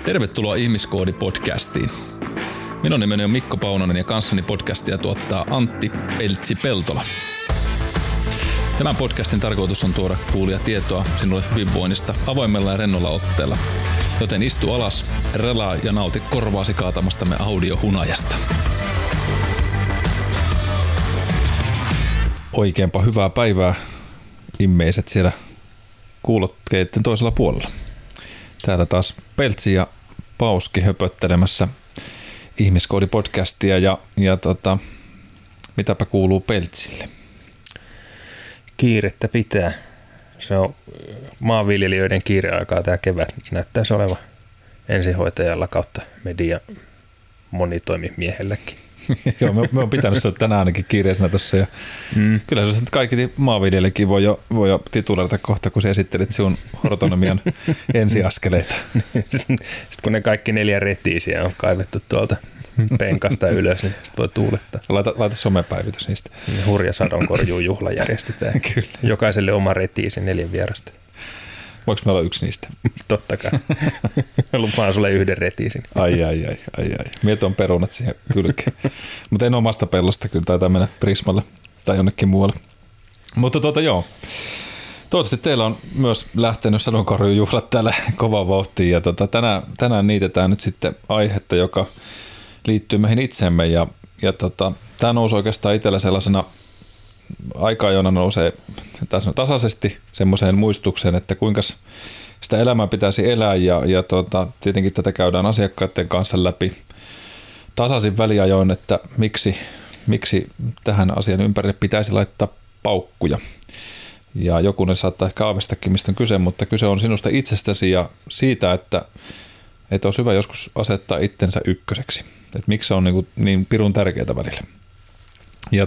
Tervetuloa Ihmiskoodi-podcastiin. Minun nimeni on Mikko Paunonen ja kanssani podcastia tuottaa Antti Peltsi-Peltola. Tämän podcastin tarkoitus on tuoda kuulia tietoa sinulle hyvinvoinnista avoimella ja rennolla otteella. Joten istu alas, relaa ja nauti korvaasi kaatamastamme audiohunajasta. Oikeinpa hyvää päivää, immeiset siellä kuulokkeiden toisella puolella. Täällä taas Peltsi ja Pauski höpöttelemässä Ihmiskoodi-podcastia ja mitäpä kuuluu Peltsille? Kiirettä pitää. Se on maanviljelijöiden kiireaikaa tämä kevät. Nyt näyttäisi olevan ensihoitajalla kautta media monitoimimiehelläkin. Joo, me on pitänyt se tänään ainakin kiireisenä tuossa. Ja kyllä se kaikki maanviljelijäkin voi jo titulerata kohta, kun sä esittelit sinun horotonomian ensiaskeleita. Sitten kun ne kaikki 4 retiisiä on kaivettu tuolta penkasta ylös, niin voi tuulettaa. Laita somepäivitys niistä. Hurja sadonkorjuu juhla järjestetään. Kyllä. Jokaiselle oma retiisi 4 vierasta. Voinko meillä olla yksi niistä? Totta kai. Lupaan sulle 1 retiisin. Ai. Mietin on perunat siihen kylkeen. Mutta en omasta pellosta, kyllä taitaa mennä Prismalle tai jonnekin muualle. Mutta joo. Toivottavasti teillä on myös lähtenyt sadonkorjujuhlat täällä kovaan vauhtiin. Ja tänään niitetään nyt sitten aihetta, joka liittyy meihin itsemme. Ja tämä nousi oikeastaan itsellä sellaisena aika-ajona nousee tasaisesti semmoiseen muistukseen, että kuinka sitä elämää pitäisi elää ja tietenkin tätä käydään asiakkaiden kanssa läpi tasaisin väliajoin, että miksi tähän asian ympärille pitäisi laittaa paukkuja. Ja jokunen saattaa ehkä aavistakin, mistä on kyse, mutta kyse on sinusta itsestäsi ja siitä, että olisi hyvä joskus asettaa itsensä ykköseksi. Että miksi se on niin pirun tärkeää välillä. Ja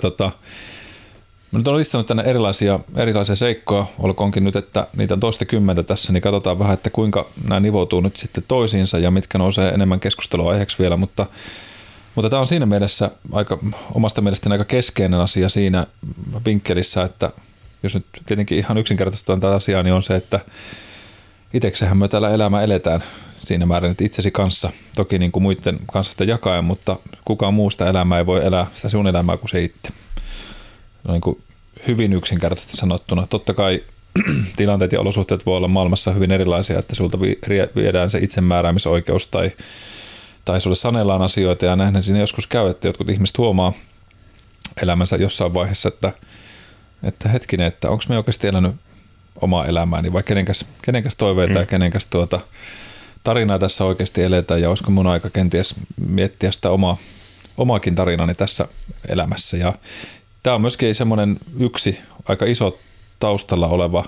mä nyt olen listannut tänne erilaisia seikkoja, olkoonkin nyt, että niitä on toistakymmentä tässä, niin katsotaan vähän, että kuinka nämä nivoutuu nyt sitten toisiinsa ja mitkä nousee enemmän keskustelua aiheeksi vielä, mutta tämä on siinä mielessä omasta mielestäni aika keskeinen asia siinä vinkkelissä, että jos nyt tietenkin ihan yksinkertaistetaan tätä asiaa, niin on se, että itseksehän me täällä elämää eletään siinä määrin, että itsesi kanssa, toki niin kuin muiden kanssa sitä jakaen, mutta kukaan muusta elämää ei voi elää sitä sun elämää kuin se itse. Niin kuin hyvin yksinkertaisesti sanottuna. Totta kai tilanteet ja olosuhteet voi olla maailmassa hyvin erilaisia, että sulta viedään se itsemääräämisoikeus tai sulle sanellaan asioita ja näinhän siinä joskus käy, että jotkut ihmiset huomaa elämänsä jossain vaiheessa, että hetkinen, että onko me oikeasti elänyt omaa elämääni vai kenenkäs toiveita ja kenenkäs tarinaa tässä oikeasti eletään ja olisiko mun aika kenties miettiä sitä omaakin tarinani tässä elämässä. Ja tämä on myöskin semmoinen yksi aika iso taustalla oleva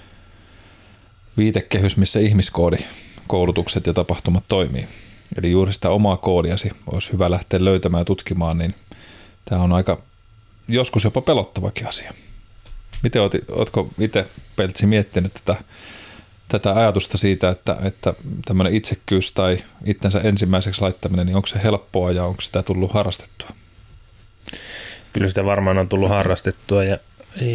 viitekehys, missä ihmiskoodikoulutukset ja tapahtumat toimii. Eli juuri sitä omaa koodiasi olisi hyvä lähteä löytämään ja tutkimaan, niin tämä on aika joskus jopa pelottavakin asia. Miten oletko itse, Peltsi, miettinyt tätä ajatusta siitä, että tämmöinen itsekkyys tai itsensä ensimmäiseksi laittaminen, niin onko se helppoa ja onko sitä tullut harrastettua? Kyllä sitä varmaan on tullut harrastettua ja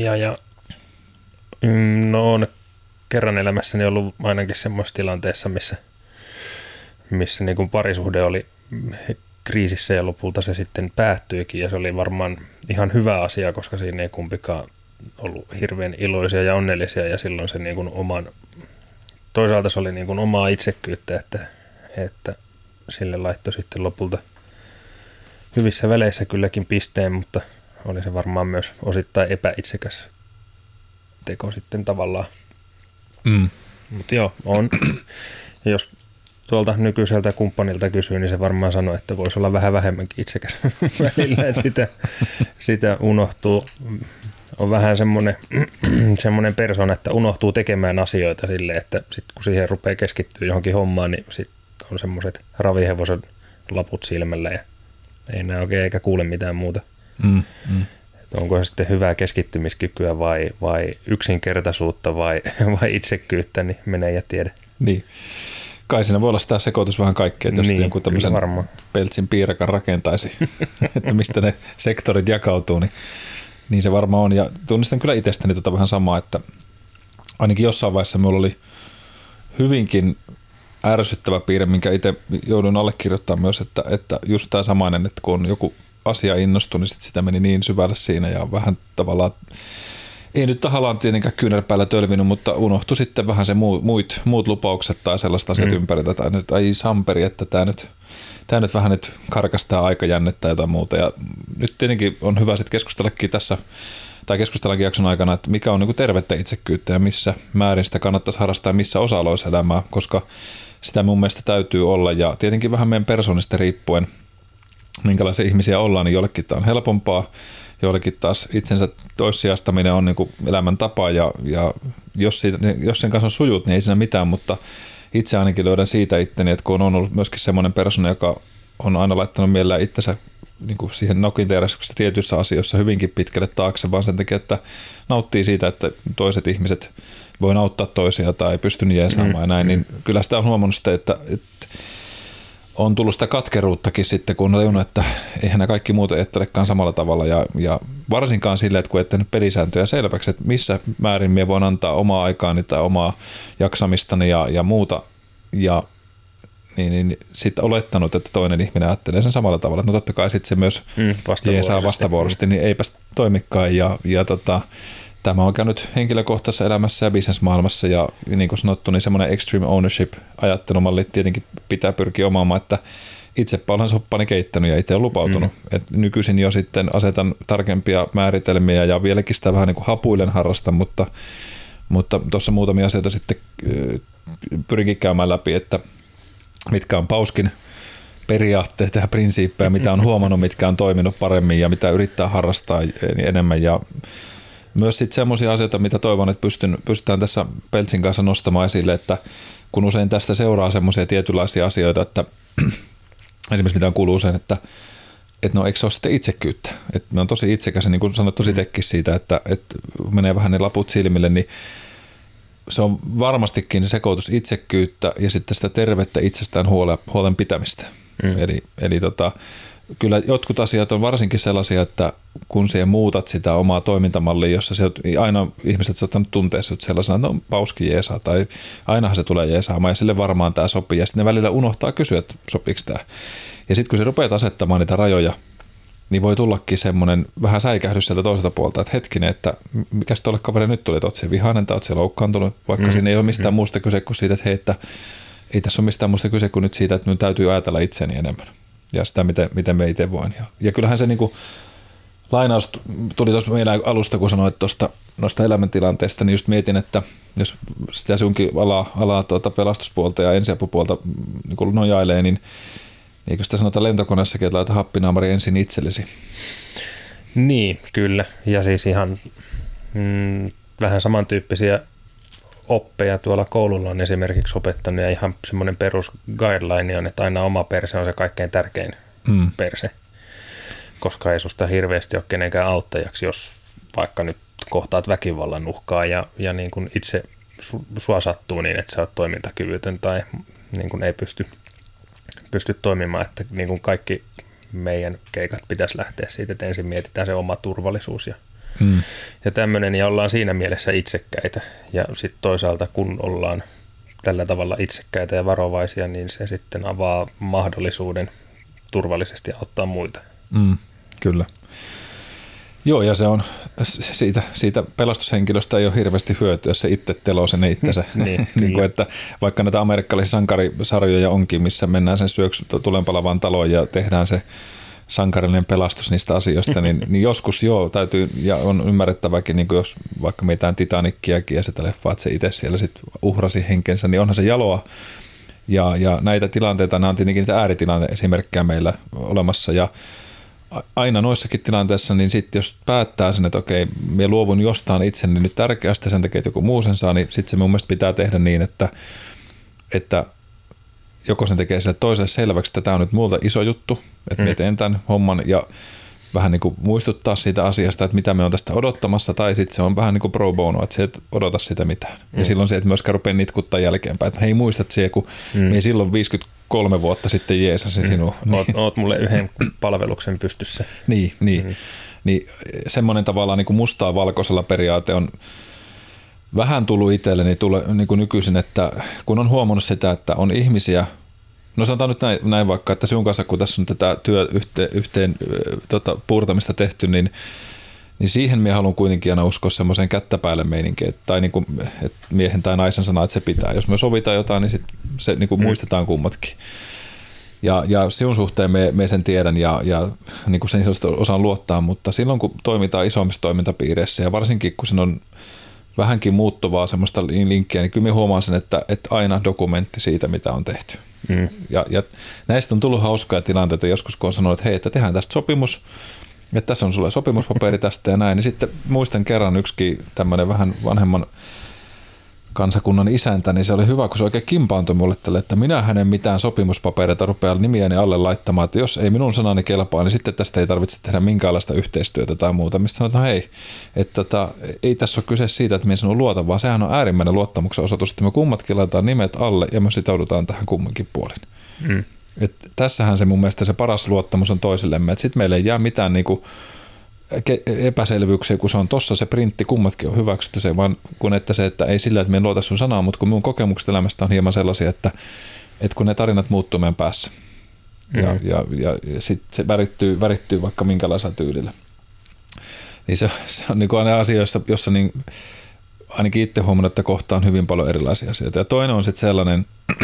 on kerran elämässäni ollut ainakin semmoisessa tilanteessa, missä niin kuin parisuhde oli kriisissä ja lopulta se sitten päättyikin ja se oli varmaan ihan hyvä asia, koska siinä ei kumpikaan ollut hirveän iloisia ja onnellisia ja silloin se niin kuin toisaalta se oli niin kuin omaa itsekkyyttä, että sille laittoi sitten lopulta hyvissä väleissä kylläkin pisteen, mutta oli se varmaan myös osittain epäitsekäs teko sitten tavallaan. Mutta joo, on. Jos tuolta nykyiseltä kumppanilta kysyy, niin se varmaan sanoo, että voisi olla vähän vähemmänkin itsekäs välillä, että sitä unohtuu. On vähän semmoinen persona, että unohtuu tekemään asioita silleen, että sit kun siihen rupeaa keskittyä johonkin hommaan, niin sitten on semmoiset ravihevosen laput silmällä ja ei näe oikein eikä kuule mitään muuta. Onko se sitten hyvää keskittymiskykyä vai yksinkertaisuutta vai itsekkyyttä, niin menee ja tiedä. Niin. Kai siinä voi olla sitä sekoitus vähän kaikkea, jos niin, jonkun tämmöisen Peltsin piirakan rakentaisi, että mistä ne sektorit jakautuu, niin se varmaan on. Ja tunnistan kyllä itsestäni vähän samaa, että ainakin jossain vaiheessa minulla oli hyvinkin ärsyttävä piirre, minkä itse joudun allekirjoittamaan myös, että just tämä samainen, että kun on joku asia innostui, niin sitä meni niin syvälle siinä ja vähän tavallaan, ei nyt tahallaan tietenkään kyynärpäällä tölvinyt, mutta unohtui sitten vähän se muut lupaukset tai sellaiset asiat ympäriltä, tai nyt ai samperi, että tämä nyt vähän nyt karkastaa aikajännettä tai jotain muuta. Ja nyt tietenkin on hyvä sitten keskustellakin tässä, tai keskustellakin jakson aikana, että mikä on niin kuin tervettä itsekkyyttä ja missä määrin sitä kannattaisi harrastaa missä osa-aloissa elämää, koska sitä mun mielestä täytyy olla. Ja tietenkin vähän meidän persoonista riippuen, minkälaisia ihmisiä ollaan, niin jollekin tämä on helpompaa, jollekin taas itsensä toissijastaminen on niin kuin elämäntapa, ja jos sen kanssa on sujut, niin ei siinä mitään, mutta itse ainakin löydän siitä itteni, että kun on ollut myöskin semmoinen persona, joka on aina laittanut mielellään itsensä niin kuin siihen nokinteeräisyyksessä tietyissä asioissa hyvinkin pitkälle taakse, vaan sen takia, että nauttii siitä, että toiset ihmiset voi auttaa toisia tai pystynyt jeesaamaan ja näin, niin kyllä sitä on huomannut sitä, että on tullut sitä katkeruuttakin sitten, kun on tajunnut, että eihän nämä kaikki muut ajattelekaan samalla tavalla ja varsinkaan silleen, että kun et tehnyt pelisääntöjä selväksi, että missä määrin minä voin antaa omaa aikaani tai omaa jaksamistani ja muuta ja niin sitten olettanut, että toinen ihminen ajattelee sen samalla tavalla. No totta kai sitten se myös jeesaa vastavuoroisesti, niin eipäs toimikaan ja tämä on käynyt henkilökohtaisessa elämässä ja bisnesmaailmassa ja niin kuin sanottu, niin semmoinen extreme ownership ajattelumalli tietenkin pitää pyrkiä omaamaan, että itsepä olen soppani keittänyt ja itse olen lupautunut. Et nykyisin jo sitten asetan tarkempia määritelmiä ja vieläkin sitä vähän niin kuin hapuilen harrastan, mutta tuossa muutamia asioita sitten pyrinkin käymään läpi, että mitkä on Pauskin periaatteet ja prinsiippejä, mitä on huomannut, mitkä on toiminut paremmin ja mitä yrittää harrastaa enemmän ja myös sitten semmoisia asioita, mitä toivon, että pystytään tässä Peltsin kanssa nostamaan esille, että kun usein tästä seuraa semmoisia tietynlaisia asioita, että esimerkiksi mitä on kuullut usein, että no eikö se ole sitten itsekyyttä, että me on tosi itsekäs, niin kuin sanoit tosi tekin siitä, että menee vähän ne laput silmille, niin se on varmastikin sekoitus itsekkyyttä ja sitten sitä tervettä itsestään huolen pitämistä. Eli kyllä jotkut asiat on varsinkin sellaisia, että kun siihen muutat sitä omaa toimintamallia, jossa se aina ihmiset saattaa tuntea sut sellaisena, että no Pauski jeesaa tai ainahan se tulee jeesaamaan ja sille varmaan tämä sopii ja sitten ne välillä unohtaa kysyä, että sopiiko tämä. Ja sitten kun se rupeat asettamaan niitä rajoja, niin voi tullakin semmoinen vähän säikähdys sieltä toiselta puolta, että hetkinen, että mikäs tuolle kaveri nyt tuli, että oot siellä vihainen tai oot siellä loukkaantunut, vaikka siinä ei ole mistään muusta kyse kuin siitä, että hei, että ei tässä ole mistään muusta kyse kuin nyt siitä, että minun täytyy ajatella itseni enemmän ja sitä, miten me itse voin. Ja kyllähän se niinku lainaus tuli tuossa meidän alusta, kun sanoit noista elämäntilanteesta, niin just mietin, että jos sitä sunkin alaa pelastuspuolta ja ensiapupuolta niin nojailee, niin eikö sitä sanota lentokoneessakin, että laita happinaamari ensin itsellesi? Niin, kyllä. Ja siis ihan vähän samantyyppisiä oppeja tuolla koululla on esimerkiksi opettanut ja ihan semmoinen perus guideline on, että aina oma perse on se kaikkein tärkein perse, koska ei susta hirveästi ole kenenkään auttajaksi, jos vaikka nyt kohtaat väkivallan uhkaa ja niin kuin itse sua sattuu niin, että sä oot toimintakyvytön tai niin kuin ei pysty toimimaan, että niin kuin kaikki meidän keikat pitäisi lähteä siitä, että ensin mietitään se oma turvallisuus ja tämmöinen, ja ollaan siinä mielessä itsekkäitä. Ja sitten toisaalta, kun ollaan tällä tavalla itsekkäitä ja varovaisia, niin se sitten avaa mahdollisuuden turvallisesti auttaa muita. Kyllä. Joo, ja se on siitä pelastushenkilöstä ei ole hirveästi hyötyä, jos se itse teloo sen itsensä. niin kuin, että vaikka näitä amerikkalaisia sankarisarjoja onkin, missä mennään sen tulenpalavaan taloon ja tehdään se sankarillinen pelastus niistä asioista, niin joskus täytyy, ja on ymmärrettäväkin, niin kuin jos vaikka meitään Titanickiakin ja sitä leffaa, että se itse siellä sitten uhrasi henkensä, niin onhan se jaloa. Ja näitä tilanteita, nämä on tietenkin niitä ääritilanteita esimerkkejä meillä olemassa, ja aina noissakin tilanteissa, niin sitten jos päättää sen, että okei, minä luovun jostain itseni nyt tärkeästä sen takia, että joku muu sen saa, niin sitten se mun mielestä pitää tehdä niin, että joko sen tekee sille toiselle selväksi, että tämä on nyt multa iso juttu, että minä teen tämän homman ja vähän niin kuin muistuttaa siitä asiasta, että mitä me on tästä odottamassa, tai sitten se on vähän niin kuin pro bono, että se et odota sitä mitään. Ja silloin se et myöskään rupea nitkuttaa jälkeenpäin, että hei muistat siihen, kun minä silloin 53 vuotta sitten jeesasin sinua. Oot mulle yhden palveluksen pystyssä. Niin semmoinen tavallaan niin kuin mustaa valkoisella periaate vähän tullut itselleni niin kuin nykyisin, että kun on huomannut sitä, että on ihmisiä, no sanotaan nyt näin vaikka, että sinun kanssa kun tässä on tätä yhteen puurtamista tehty, niin siihen minä haluan kuitenkin aina uskoa semmoiseen kättä päälle meininkiin, tai niin kuin, että miehen tai naisen sanaa, että se pitää. Jos me sovitaan jotain, niin se niin kuin muistetaan kummatkin. Ja sinun suhteen me sen tiedän ja niin kuin sen osaan luottaa, mutta silloin kun toimitaan isommissa toimintapiireissä ja varsinkin kun sen on vähänkin muuttuvaa semmoista linkkiä, niin kyllä minä huomaan sen, että aina dokumentti siitä, mitä on tehty. Ja näistä on tullut hauskoja tilanteita joskus, kun on sanonut, että hei, että tehdään tästä sopimus, että tässä on sulle sopimuspaperi tästä ja näin, niin sitten muistan kerran yksikin tämmöinen vähän vanhemman kansakunnan isäntä, niin se oli hyvä, kun se oikein kimpaantui mulle tälle, että minä hänen mitään sopimuspapereita rupeaa nimiäni alle laittamaan, että jos ei minun sanani kelpaa, niin sitten tästä ei tarvitse tehdä minkäänlaista yhteistyötä tai muuta. Mistä sanotaan, no hei, että ei tässä ole kyse siitä, että minä sinun luotan, vaan sehän on äärimmäinen luottamuksen osoitus, että me kummatkin laitetaan nimet alle ja me sitoudutaan tähän kumminkin puolin. Että tässähän se mun mielestä se paras luottamus on toisillemme, että sitten meille ei jää mitään niinku epäselvyyksiä, kun se on tossa se printti, kummatkin on hyväksytty se, vaan kun että se, että ei sillä, että me en luota sun sanaa, mutta kun mun kokemukset elämästä on hieman sellaisia, että kun ne tarinat muuttuu meidän päässä ja sitten se värittyy vaikka minkälaisella tyylillä. Niin se on niin kuin aina asioissa, jossa niin, ainakin itse huomannut, että kohtaan hyvin paljon erilaisia asioita. Ja toinen on sitten sellainen,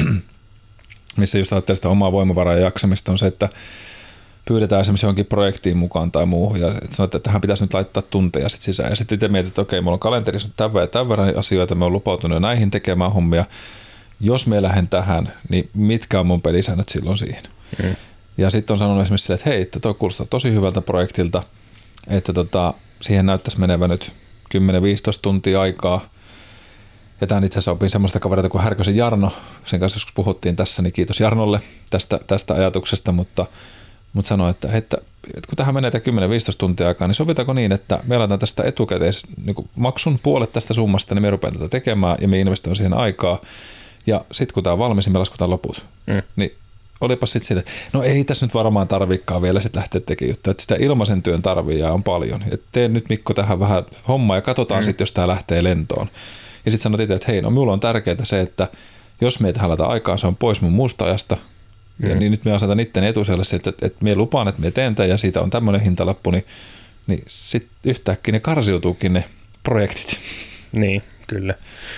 missä just ajattelee sitä omaa voimavaraa ja jaksamista, on se, että pyydetään esimerkiksi johonkin projektiin mukaan tai muuhun ja sanotaan, että tähän pitäisi nyt laittaa tunteja sit sisään. Ja sitten itse mietit, että okei, mulla on kalenterissa tämän verran asioita, me on lupautunut näihin tekemään hommia. Jos me lähden tähän, niin mitkä on mun pelisäännöt silloin siihen? Ja sitten on sanonut esimerkiksi sille, että hei, että toi kuulostaa tosi hyvältä projektilta, että siihen näyttäisi menevä nyt 10-15 tuntia aikaa. Ja tämän itse asiassa opin semmoista kavereita kuin Härkösen Jarno. Sen kanssa joskus puhuttiin tässä, niin kiitos Jarnolle tästä ajatuksesta, mutta sanoi, että kun tähän menee 10-15 tuntia aikaa, niin sovitaanko niin, että me laitetaan tästä etukäteis niin maksun puolet tästä summasta, niin me rupeamme tätä tekemään ja me investoimme siihen aikaa. Ja sitten kun tämä on valmis, niin me laskutaan loput. Niin olipa sitten sille, no ei tässä nyt varmaan tarvikaan vielä sitten lähteä tekemään juttuja, että sitä ilmaisen työn tarvii ja on paljon. Et tee nyt Mikko tähän vähän hommaa ja katsotaan sitten, jos tämä lähtee lentoon. Ja sitten sanoit itse, että hei, no minulla on tärkeää se, että jos me ei tähän laita aikaa, se on pois mun muusta ajasta. Ja niin nyt me asetan itteni etuselle, että me lupaan, että me teen tämän ja siitä on tämmöinen hintalappu, niin sitten yhtäkkiä ne karsiutuukin ne projektit. Niin, kyllä.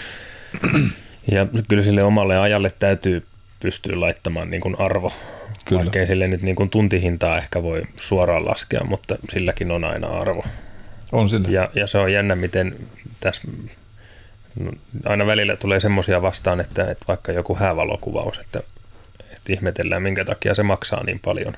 Ja kyllä sille omalle ajalle täytyy pystyä laittamaan niin kuin arvo. Kyllä. Vaikkei sille nyt niin kuin tuntihintaa ehkä voi suoraan laskea, mutta silläkin on aina arvo. On sillä. Ja se on jännä, miten tässä aina välillä tulee semmoisia vastaan, että vaikka joku häävalokuvaus, että ihmetellään, minkä takia se maksaa niin paljon.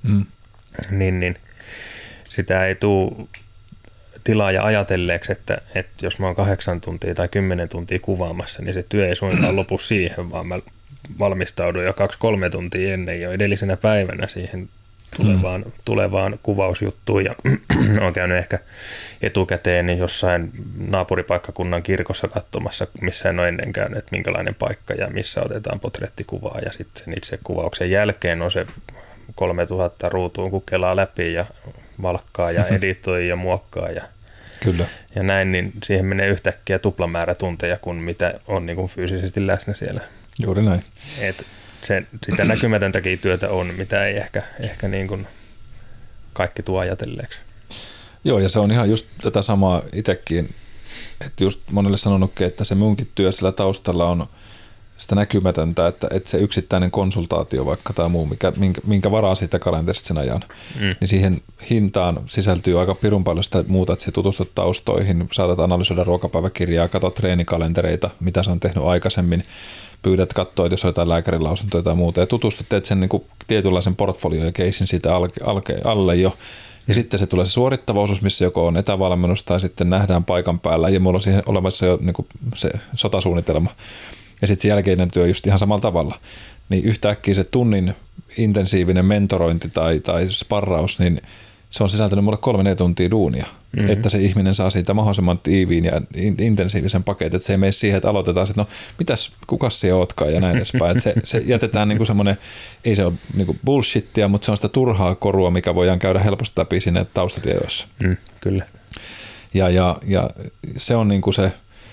Niin sitä ei tule tilaaja ajatelleeksi, että jos mä oon 8 tuntia tai 10 tuntia kuvaamassa, niin se työ ei suinkaan lopu siihen, vaan mä valmistaudun jo 2-3 tuntia ennen jo edellisenä päivänä siihen tulevaan kuvausjuttuun ja olen käynyt ehkä etukäteen jossain naapuripaikkakunnan kirkossa katsomassa, missä en ole ennen käynyt, että minkälainen paikka ja missä otetaan potrettikuvaa ja sitten sen itse kuvauksen jälkeen on se 3000 ruutuun, kun kelaa läpi ja valkkaa ja editoi ja muokkaa Kyllä. Ja näin, niin siihen menee yhtäkkiä tuplamäärä tunteja kuin mitä on niin kuin fyysisesti läsnä siellä. Juuri näin. Sitä näkymätöntäkin työtä on, mitä ei ehkä niin kuin kaikki tuo ajatelleeksi. Joo, ja se on ihan just tätä samaa itsekin, että just monelle sanonutkin, että se munkin työ sillä taustalla on sitä näkymätöntä, että se yksittäinen konsultaatio vaikka tai muu, minkä varaa siitä kalenterista sen ajan, niin siihen hintaan sisältyy aika pirun paljon sitä muuta, että se tutustut taustoihin, saatat analysoida ruokapäiväkirjaa, katsot treenikalentereita, mitä se on tehnyt aikaisemmin, pyydät katsoa, jos on jotain lääkärilausuntoja tai muuta, ja tutustut, teet sen niin kuin tietynlaisen portfolio ja keisin siitä alle jo, ja sitten se tulee se suorittava osuus, missä joko on etävalmennus tai sitten nähdään paikan päällä, ja mulla on siihen olemassa jo niin kuin se sotasuunnitelma, ja sitten se jälkeinen työ just ihan samalla tavalla, niin yhtäkkiä se tunnin intensiivinen mentorointi tai sparraus, niin se on sisältänyt mulle 3-4 tuntia duunia, että se ihminen saa siitä mahdollisimman tiiviin ja intensiivisen paketin, että se ei mene siihen, että aloitetaan, että no mitäs, kukas se ootkaan ja näin edespäin. Että se jätetään niinku semmoinen, ei se ole niinku bullshittia, mutta se on sitä turhaa korua, mikä voidaan käydä helposti läpi sinne taustatiedoissa. Kyllä. Ja se on niinku se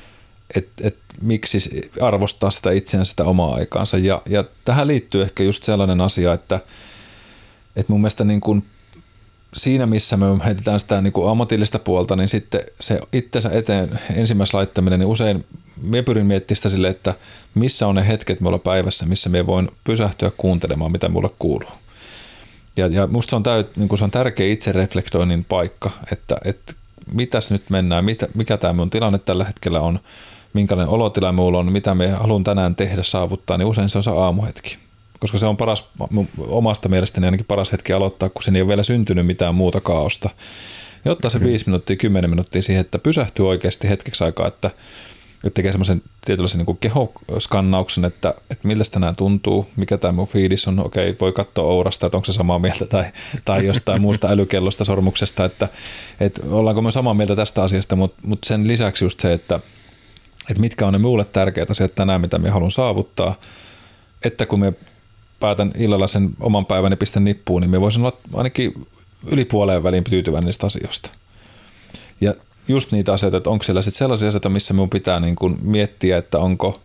miksi arvostaa sitä itseänsä, sitä omaa aikaansa. Ja tähän liittyy ehkä just sellainen asia, että mun mielestä niin kuin siinä, missä me heitetään sitä niin kuin ammatillista puolta, niin sitten se itsensä eteen ensimmäisessä laittaminen, niin usein minä pyrin miettimään sitä silleen, että missä on ne hetket mulla päivässä, missä minä voin pysähtyä kuuntelemaan, mitä mulle kuuluu. Ja musta se on tärkeä itsereflektoinnin paikka, että mitäs nyt mennään, mikä tämä mun tilanne tällä hetkellä on, minkälainen olotila mulla on, mitä me haluan tänään tehdä, saavuttaa, niin usein se on se aamuhetki. Koska se on omasta mielestäni ainakin paras hetki aloittaa, kun siinä ei ole vielä syntynyt mitään muuta kaaosta. Ja ottaa se 5 minuuttia, 10 minuuttia siihen, että pysähtyy oikeasti hetkeksi aikaa, että tekee semmoisen tietynlaisen niin kehoskannauksen, että miltä tänään tuntuu, mikä tämä mun fiilis on. Okei, voi katsoa Ourasta, että onko se samaa mieltä tai jostain muusta älykellosta, sormuksesta, että ollaanko me samaa mieltä tästä asiasta, mutta sen lisäksi just se, että mitkä on ne minulle tärkeät asiat tänään, mitä minä haluan saavuttaa, että kun me päätän illalla sen oman päiväni pistän nippuun, niin minä voisin olla ainakin yli puoleen väliin tyytyväinen niistä asioista. Ja just niitä asioita, että onko siellä sitten sellaisia asioita, missä minun pitää niin kuin miettiä, että onko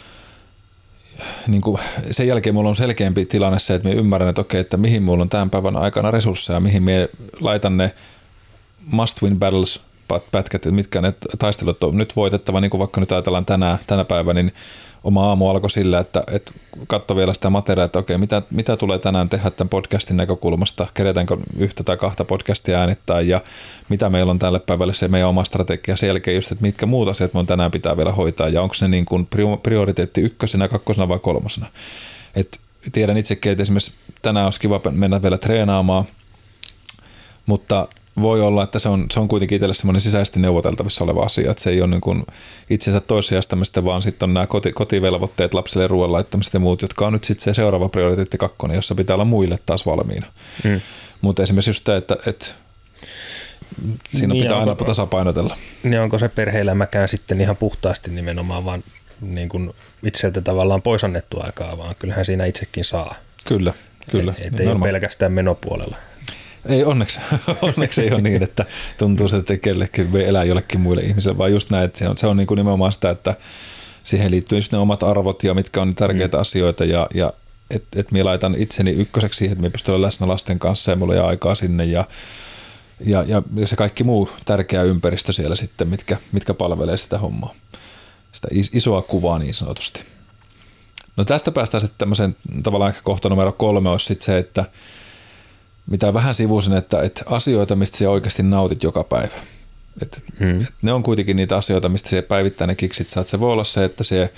niin kuin sen jälkeen minulla on selkeämpi tilanne se, että minä ymmärrän, että okei, että mihin minulla on tämän päivän aikana resursseja, mihin minä laitan ne must win battles pätkät, että mitkä ne taistelut on nyt voitettava, niin kuin vaikka nyt ajatellaan tänä päivänä, niin oma aamu alkoi sillä, että katso vielä sitä materiaalia, että okei, mitä tulee tänään tehdä tämän podcastin näkökulmasta, kerätäänkö 1 tai 2 podcastia äänittää ja mitä meillä on tälle päivälle se meidän oma strategia, sen jälkeen just, että mitkä muut asiat me tänään pitää vielä hoitaa ja onko ne niin kuin prioriteetti 1, 2 vai 3. Et tiedän itsekin, että esimerkiksi tänään olisi kiva mennä vielä treenaamaan, mutta voi olla, että se on kuitenkin itselle semmoinen sisäisesti neuvoteltavissa oleva asia, että se ei ole niin kuin itsensä toissijaistamista, vaan sitten on nämä kotivelvoitteet, lapselle ruoan laittamiset ja muut, jotka on nyt sitten se seuraava prioriteetti 2, jossa pitää olla muille taas valmiina. Mutta esimerkiksi just tämä, että siinä niin pitää aina tasapainotella. Niin onko se perhe-elämäkään sitten ihan puhtaasti nimenomaan vaan niin kuin itseltä tavallaan pois annettu aikaa, vaan kyllähän siinä itsekin saa. Kyllä. Että ei ole pelkästään menopuolella. Ei onneksi ei ole niin, että tuntuu se, että kellekin voi elää jollekin muille ihmisille, vaan just näin, että se on niin kuin nimenomaan sitä, että siihen liittyy just ne omat arvot ja mitkä on tärkeitä asioita ja että minä laitan itseni ykköseksi siihen, että minä pystyn olla läsnä lasten kanssa ja minulla jää aikaa sinne ja se kaikki muu tärkeä ympäristö siellä sitten, mitkä palvelee sitä hommaa, sitä isoa kuvaa niin sanotusti. No tästä päästään sitten tämmöisen tavallaan ehkä kohta numero 3 olisi sitten se, että mitä vähän sivuisin, että asioita, mistä sinä oikeasti nautit joka päivä. Et ne on kuitenkin niitä asioita, mistä sinä päivittäin ne kiksit saat. Se voi olla se, että sinä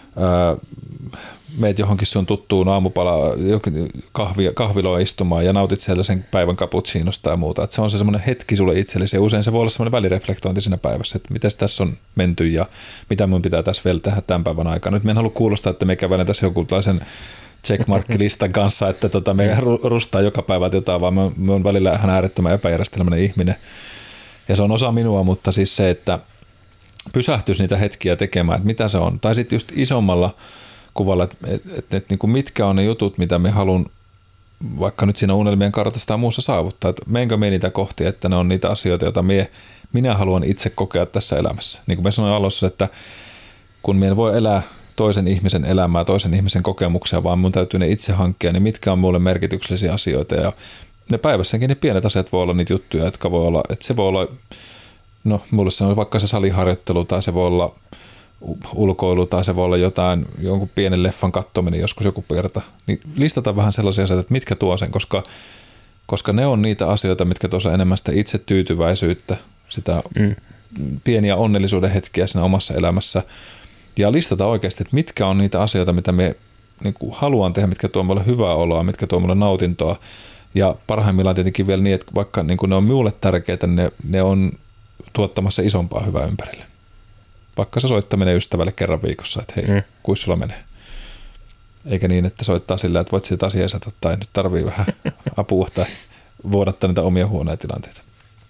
meet johonkin sun tuttuun aamupala kahviloon istumaan ja nautit siellä sen päivän cappuccinosta ja muuta. Et se on se semmoinen hetki sulle itsellesi ja usein se voi olla semmoinen välireflektointi siinä päivässä, että miten tässä on menty ja mitä mun pitää tässä vielä tehdä tämän päivän aikana. Nyt me en halua kuulostaa, että me kävelen tässä jonkunlaisen checkmark-listan kanssa, että me rustaa joka päivä jotain, vaan me on välillä ihan äärettömän epäjärjestelmäinen ihminen. Ja se on osa minua, mutta siis se, että pysähtyisi niitä hetkiä tekemään, että mitä se on. Tai sitten just isommalla kuvalla, että niin kuin mitkä on ne jutut, mitä me haluan vaikka nyt siinä unelmien kartassa tai muussa saavuttaa. Että meinkö me niitä kohti, että ne on niitä asioita, joita minä haluan itse kokea tässä elämässä. Niin kuin me sanoin alussa, että kun minä en voi elää toisen ihmisen elämää, toisen ihmisen kokemuksia, vaan mun täytyy ne itse hankkia, niin mitkä on mulle merkityksellisiä asioita. Ja ne päivässäkin ne pienet asiat voi olla niitä juttuja, jotka voi olla, että se voi olla, no mulle se on vaikka se saliharjoittelu, tai se voi olla ulkoilu, tai se voi olla jonkun pienen leffan katsominen joskus joku kerta. Niin listata vähän sellaisia asioita, että mitkä tuo sen, koska ne on niitä asioita, mitkä tuossa enemmän sitä itsetyytyväisyyttä, sitä pieniä onnellisuuden hetkiä siinä omassa elämässä. Ja listata oikeasti, että mitkä on niitä asioita, mitä me niin kuin haluan tehdä, mitkä tuo mulle hyvää oloa, mitkä tuo mulle nautintoa. Ja parhaimmillaan tietenkin vielä niin, että vaikka niin kuin ne on minulle tärkeitä, ne on tuottamassa isompaa hyvää ympärille. Vaikka se soittaminen ystävälle kerran viikossa, että hei, kuis sulla menee. Eikä niin, että soittaa sillä, että voit siitä taas jeesata tai nyt tarvii vähän apua tai vuodattaa niitä omia huonoja tilanteita.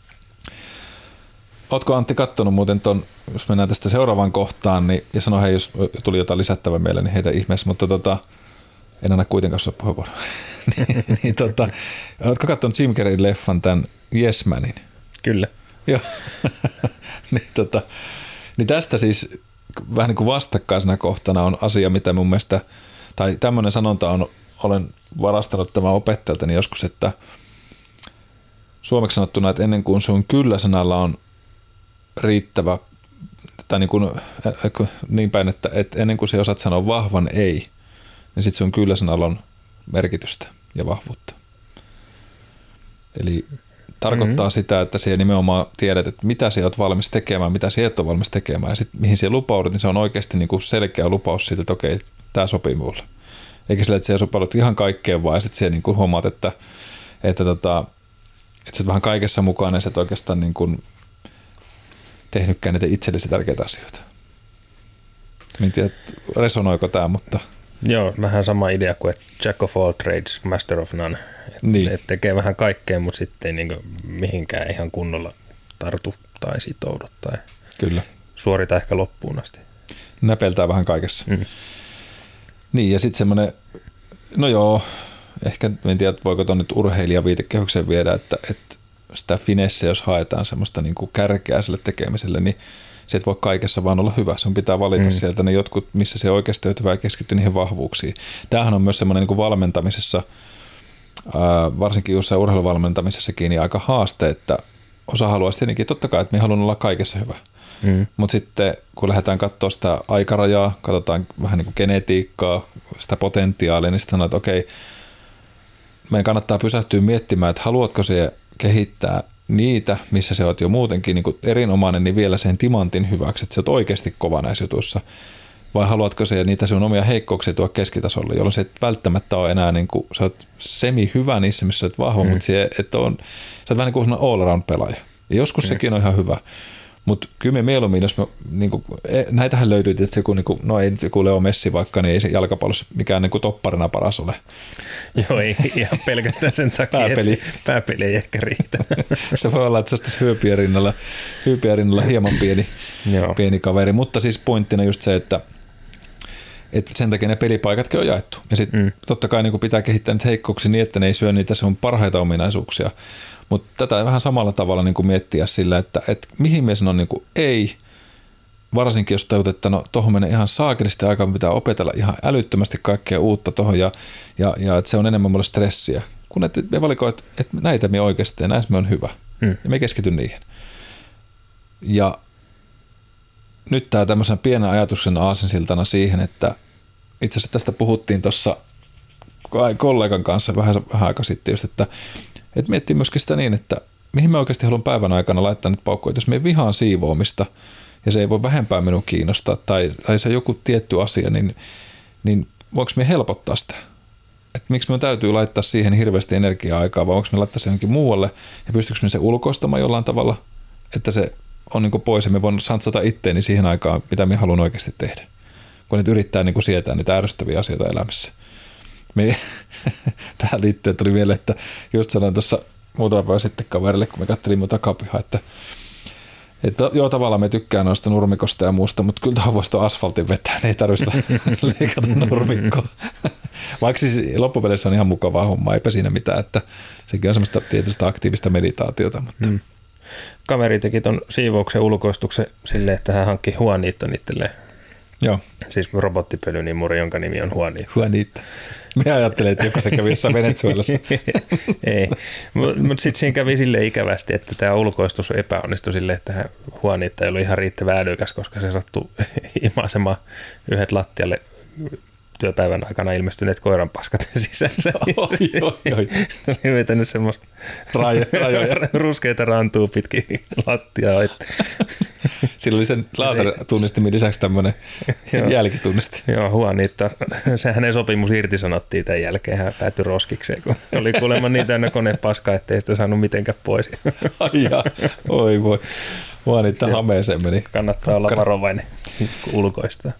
Ootko Antti kattonut muuten ton, jos mennään tästä seuraavaan kohtaan, niin, ja sano hei, jos tuli jotain lisättävää meille, niin heitä ihmeessä, mutta en anna kuitenkaan sulle puheenvuoroa. Ootko kattonut Jim Carreyn leffan tämän Yes Manin? Kyllä. Joo. niin tästä siis vähän niin kuin vastakkaisena kohtana on asia, mitä mun mielestä, tai tämmöinen sanonta olen varastanut tämän opettajaltani joskus, että suomeksi sanottuna, että ennen kuin sun kyllä-sanalla on riittävä, tai niin päin, että ennen kuin sä osaat sanoa vahvan ei, niin sitten sun kyllä-sanalla on merkitystä ja vahvuutta. Eli tarkoittaa sitä, että siellä nimenomaan tiedät, että mitä sä oot valmis tekemään, mitä sä et ole valmis tekemään, ja sitten mihin sä lupaudut, niin se on oikeasti niin kuin selkeä lupaus siitä, että okei, tämä sopii mulle. Eikä sillä, että sä sopaudut ihan kaikkeen vaan, ja sitten sä niin kuin huomaat, että sä oot vähän kaikessa mukana, ja sä et oikeastaan niin kuin tehnytkään niitä itsellesi tärkeitä asioita. En tiedä, resonoiko tämä, mutta... Joo, vähän sama idea kuin, että jack of all trades, master of none. Niin. Et tekee vähän kaikkea, mutta sitten ei niin mihinkään ihan kunnolla tartu tai sitoudu tai Kyllä. Suorita ehkä loppuun asti. Näpeltää vähän kaikessa. Niin, ja sitten semmoinen, no joo, ehkä en tiedä, voiko tuon nyt urheilijaviitekehykseen viedä, että sitä finesse, jos haetaan semmoista niin kuin kärkeä sille tekemiselle, niin se et voi kaikessa vaan olla hyvä. Sun pitää valita sieltä ne jotkut, missä se oikeasti on hyvä ja keskittyä niihin vahvuuksiin. Tämähän on myös semmoinen niin kuin valmentamisessa, varsinkin jossain urheiluvalmentamisessakin, niin aika haaste, että osa haluaisi tietenkin, totta kai, että me haluan olla kaikessa hyvä. Mutta sitten kun lähdetään katsoa sitä aikarajaa, katsotaan vähän niin kuin genetiikkaa, sitä potentiaalia, niin sitten sanotaan, että okei, meidän kannattaa pysähtyä miettimään, että haluatko se kehittää niitä, missä se oot jo muutenkin niin kuin erinomainen, niin vielä sen timantin hyväksi, että sä oot oikeasti kova näissä jutuissa. Vai haluatko se niitä sun omia heikkouksia tuoda keskitasolle, jolloin se et välttämättä ole enää, niin kuin, sä oot semi-hyvä niissä, missä sä oot vahva, mutta sä oot vähän niin kuin all-around-pelaaja. Ja joskus sekin on ihan hyvä. Mutta kyllä me mieluummin, jos me, niinku, näitähän löytyy tietysti joku, niinku, no ei joku Leo Messi vaikka, niin ei se jalkapallossa mikään niinku topparina paras ole. Joo, ei ihan pelkästään sen takia, pääpeli ei ehkä riitä. Se voi olla, että se olisi hyypiä rinnalla hieman pieni kaveri, mutta siis pointtina just se, että sen takia ne pelipaikatkin on jaettu. Ja sitten totta kai niinku pitää kehittää niitä heikkouksia niin, että ne ei syö niitä sun parhaita ominaisuuksia. Mutta tätä vähän samalla tavalla niin kuin miettiä sillä, että mihin me sanon niin kuin ei, varsinkin jos tajut, että no tuohon menee ihan saakelisti aikaa, me pitää opetella ihan älyttömästi kaikkea uutta tuohon ja että se on enemmän mulle stressiä, kun että me valikoin, että näitä me oikeasti ja näissä me on hyvä ja me keskityn niihin. Ja nyt tämä tämmöisenä pienen ajatuksen aasinsiltana siihen, että itse asiassa tästä puhuttiin tuossa kollegan kanssa vähän aika sitten just, että miettii myöskin sitä niin, että mihin mä oikeasti haluan päivän aikana laittaa nyt paukkoja. Jos me vihaan siivoamista ja se ei voi vähempää minua kiinnostaa tai se on joku tietty asia, niin voinko me helpottaa sitä? Et miksi minun täytyy laittaa siihen hirveästi energiaa-aikaa vai voinko me laittaa se johonkin muualle ja pystyykö me se ulkoistamaan jollain tavalla, että se on niin kuin pois ja me voin sansata itteeni siihen aikaan, mitä minä haluan oikeasti tehdä. Kun nyt yrittää niin kuin sietää niitä ärsyttäviä asioita elämässä. Tähän liittyen tuli vielä, että just sanoin tuossa muutama päivä sitten kaverille, kun me katselimme mun takapihaa, että joo, tavallaan me tykkään noista nurmikosta ja muusta, mutta kyllä tuohon voisi tuon asfaltin vetää, niin ei tarvitsisi leikata nurmikkoa. Vaikka siis loppupeleissä on ihan mukavaa hommaa, eipä siinä mitään, että sekin on semmoista tietystä aktiivista meditaatiota. Mutta. Kaveri teki tuon siivouksen ulkoistuksen silleen, että hän hankki Juanitan itselleen. Joo. Siis robottipelynimuri, jonka nimi on Juanita. Minä ajattelin, että joku se kävi jossain Venezuelassa. Ei, mutta sitten siinä kävi silleen ikävästi, että tämä ulkoistus epäonnistui silleen, että Juanita ei ollut ihan riittävän älykäs, koska se sattui imaisemaan yhdet lattialle työpäivän aikana ilmestyneet koiranpaskat sisänsä. Sitten oli vetänyt semmoista rajoja, ruskeita rantuu pitkin lattiaa. Sillä oli sen lasertunnistimin lisäksi tämmöinen jälkitunnisti. Joo, Juanita. Se hänen sopimus irtisanottiin tämän jälkeen. Hän päätyi roskikseen, kun oli kuulemma niin täynnä konepaskaa, ettei sitä saanut mitenkään pois. Oi voi. Juanita hameeseen meni. Kannattaa olla varovainen ulkoista.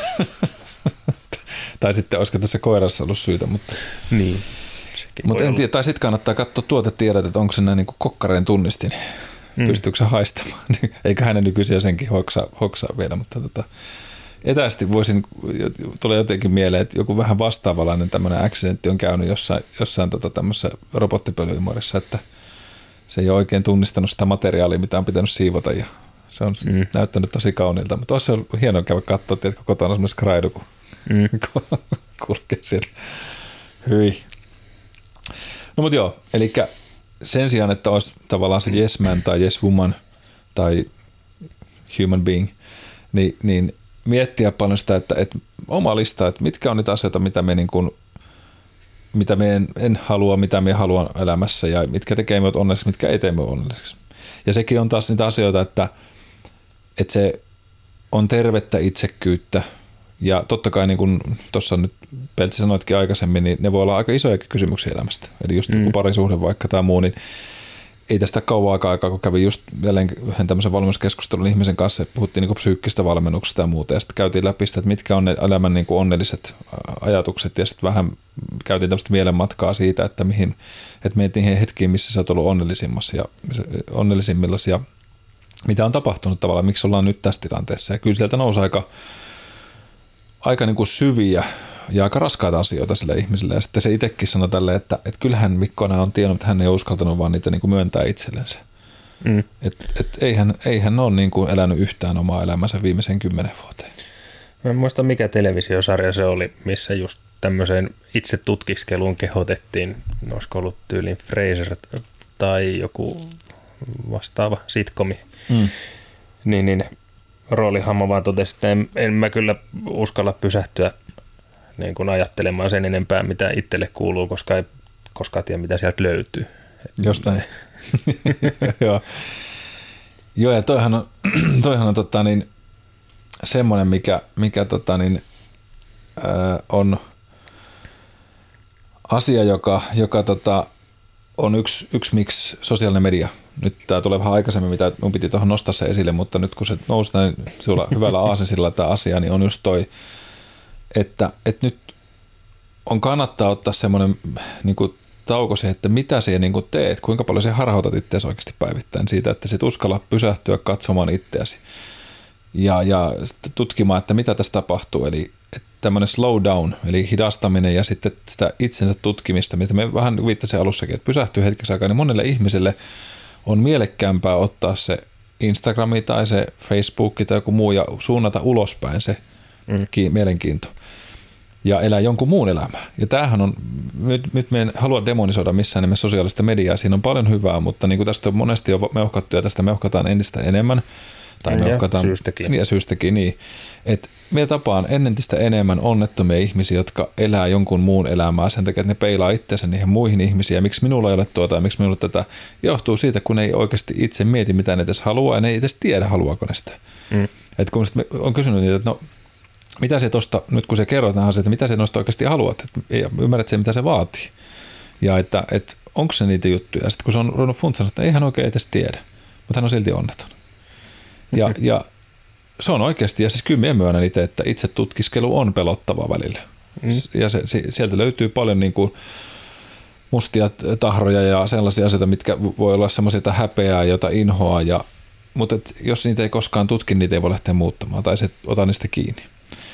Tai sitten olisiko tässä koirassa ollut syytä, mutta... Niin. Mutta en tiedä, tai sitten kannattaa katsoa tuotetiedot, että onko se näin niin kuin kokkareen tunnistin. Pystyykö se haistamaan? Eikä hänen nykyisiä senkin hoksaa vielä, mutta etäisesti tulee jotenkin mieleen, että joku vähän vastaavalainen tämmöinen accidentti on käynyt jossain tämmöisessä robottipölyymorissa, että se ei ole oikein tunnistanut sitä materiaalia, mitä on pitänyt siivota ja Se on näyttänyt tosi kauniilta, mutta olisi ollut hienoa käydä katsoa, tiedätkö, kotona semmoinen skraidu, kun kulkee siellä. Hyi. No mutta joo, eli sen sijaan, että olisi tavallaan se yes man tai yes woman tai human being, niin miettiä paljon sitä, että oma lista, että mitkä on niitä asioita, mitä me en halua, mitä me haluan elämässä ja mitkä tekee minut onnelliseksi, mitkä ei tee minut onnelliseksi. Ja sekin on taas niitä asioita, että se on tervettä itsekkyyttä ja totta kai niin kuin tuossa nyt Peltsi sanoitkin aikaisemmin, niin ne voi olla aika isoja kysymyksiä elämästä. Eli just joku parisuhde vaikka tai muu, niin ei tästä kauan aikaa, kun kävi just jälleen yhden tämmöisen valmennuskeskustelun ihmisen kanssa, että puhuttiin niin psyykkistä valmennuksesta ja muuta, ja sitten käytiin läpi sitä, että mitkä on ne elämän niin onnelliset ajatukset, ja sitten vähän käytiin tämmöistä mielenmatkaa siitä, että mentiin niihin hetkiin, missä sä oot ollut onnellisimmillaan, ja mitä on tapahtunut tavallaan, miksi ollaan nyt tässä tilanteessa, ja kyllä sieltä nousi aika niin kuin syviä ja aika raskaita asioita sille ihmiselle. Ja sitten se itsekin sanoi tälleen, että kyllähän Mikkonen on tiennyt, että hän ei uskaltanut vaan niitä niin kuin myöntää itsellensä. Ei hän ole niin kuin elänyt yhtään omaa elämänsä viimeisen 10 vuoteen. Mä en muista, mikä televisiosarja se oli, missä just tämmöiseen itse tutkiskeluun kehotettiin. Olisiko ollut tyylin Frasier tai joku vastaava sitcomi. Niin roolihahmo vaan totesi, että en mä kyllä uskalla pysähtyä niin kuin ajattelemaan sen enempää, mitä itselle kuuluu, koska ei koskaan tiedä, mitä sieltä löytyy. Jostain. Joo, ja toihan on semmoinen, mikä on asia, joka on yksi miksi sosiaalinen media. Nyt tämä tulee vähän aikaisemmin, mitä mun piti tuohon nostaa se esille, mutta nyt kun se nousi näin sulla hyvällä aasensilla tämä asia, niin on just toi, että nyt kannattaa ottaa semmoinen niin kuin tauko siihen, että mitä siellä niin kuin teet, kuinka paljon se harhautat itseäsi oikeasti päivittäin siitä, että sit uskalla pysähtyä katsomaan itseäsi ja tutkimaan, että mitä tässä tapahtuu. Eli tämmöinen slow down, eli hidastaminen ja sitten sitä itsensä tutkimista, mitä me vähän viittasin alussakin, että pysähtyy hetkessä aikaa, niin monelle ihmiselle on mielekkäämpää ottaa se Instagrami tai se Facebook tai joku muu ja suunnata ulospäin se mielenkiinto ja elää jonkun muun elämää. Ja tämähän on, nyt me en halua demonisoida missään nimessä sosiaalista mediaa, siinä on paljon hyvää, mutta niin kuin tästä on monesti jo meuhkattu ja tästä meuhkataan entistä enemmän. Tai syystäkin niin. Että me tapaan entistä enemmän onnettomia ihmisiä, jotka elää jonkun muun elämää sen takia, että ne peilaa itseänsä niihin muihin ihmisiin. Ja miksi minulla ei ole tuota ja miksi minulla tätä, johtuu siitä, kun ei oikeasti itse mieti, mitä ne edes haluaa ja ne ei edes tiedä, haluaako ne sitä. Että kun on kysynyt niitä, että no mitä se tosta, nyt kun se kerrotaan, että mitä se noista oikeasti haluat, ja ymmärrät sen, mitä se vaatii. Ja että onko se niitä juttuja. Ja sitten kun se on ruvennut funtsanut, että ei hän oikein edes tiedä, mutta hän on silti onneton. Ja se on oikeasti, ja siis kyllä minä myönnän itse, että itse tutkiskelu on pelottavaa välillä. Ja sieltä löytyy paljon niin kuin mustia tahroja ja sellaisia asioita, mitkä voi olla semmoisia häpeää, jota inhoa, mutta jos niitä ei koskaan tutki, niitä ei voi lähteä muuttamaan tai se ota niistä kiinni.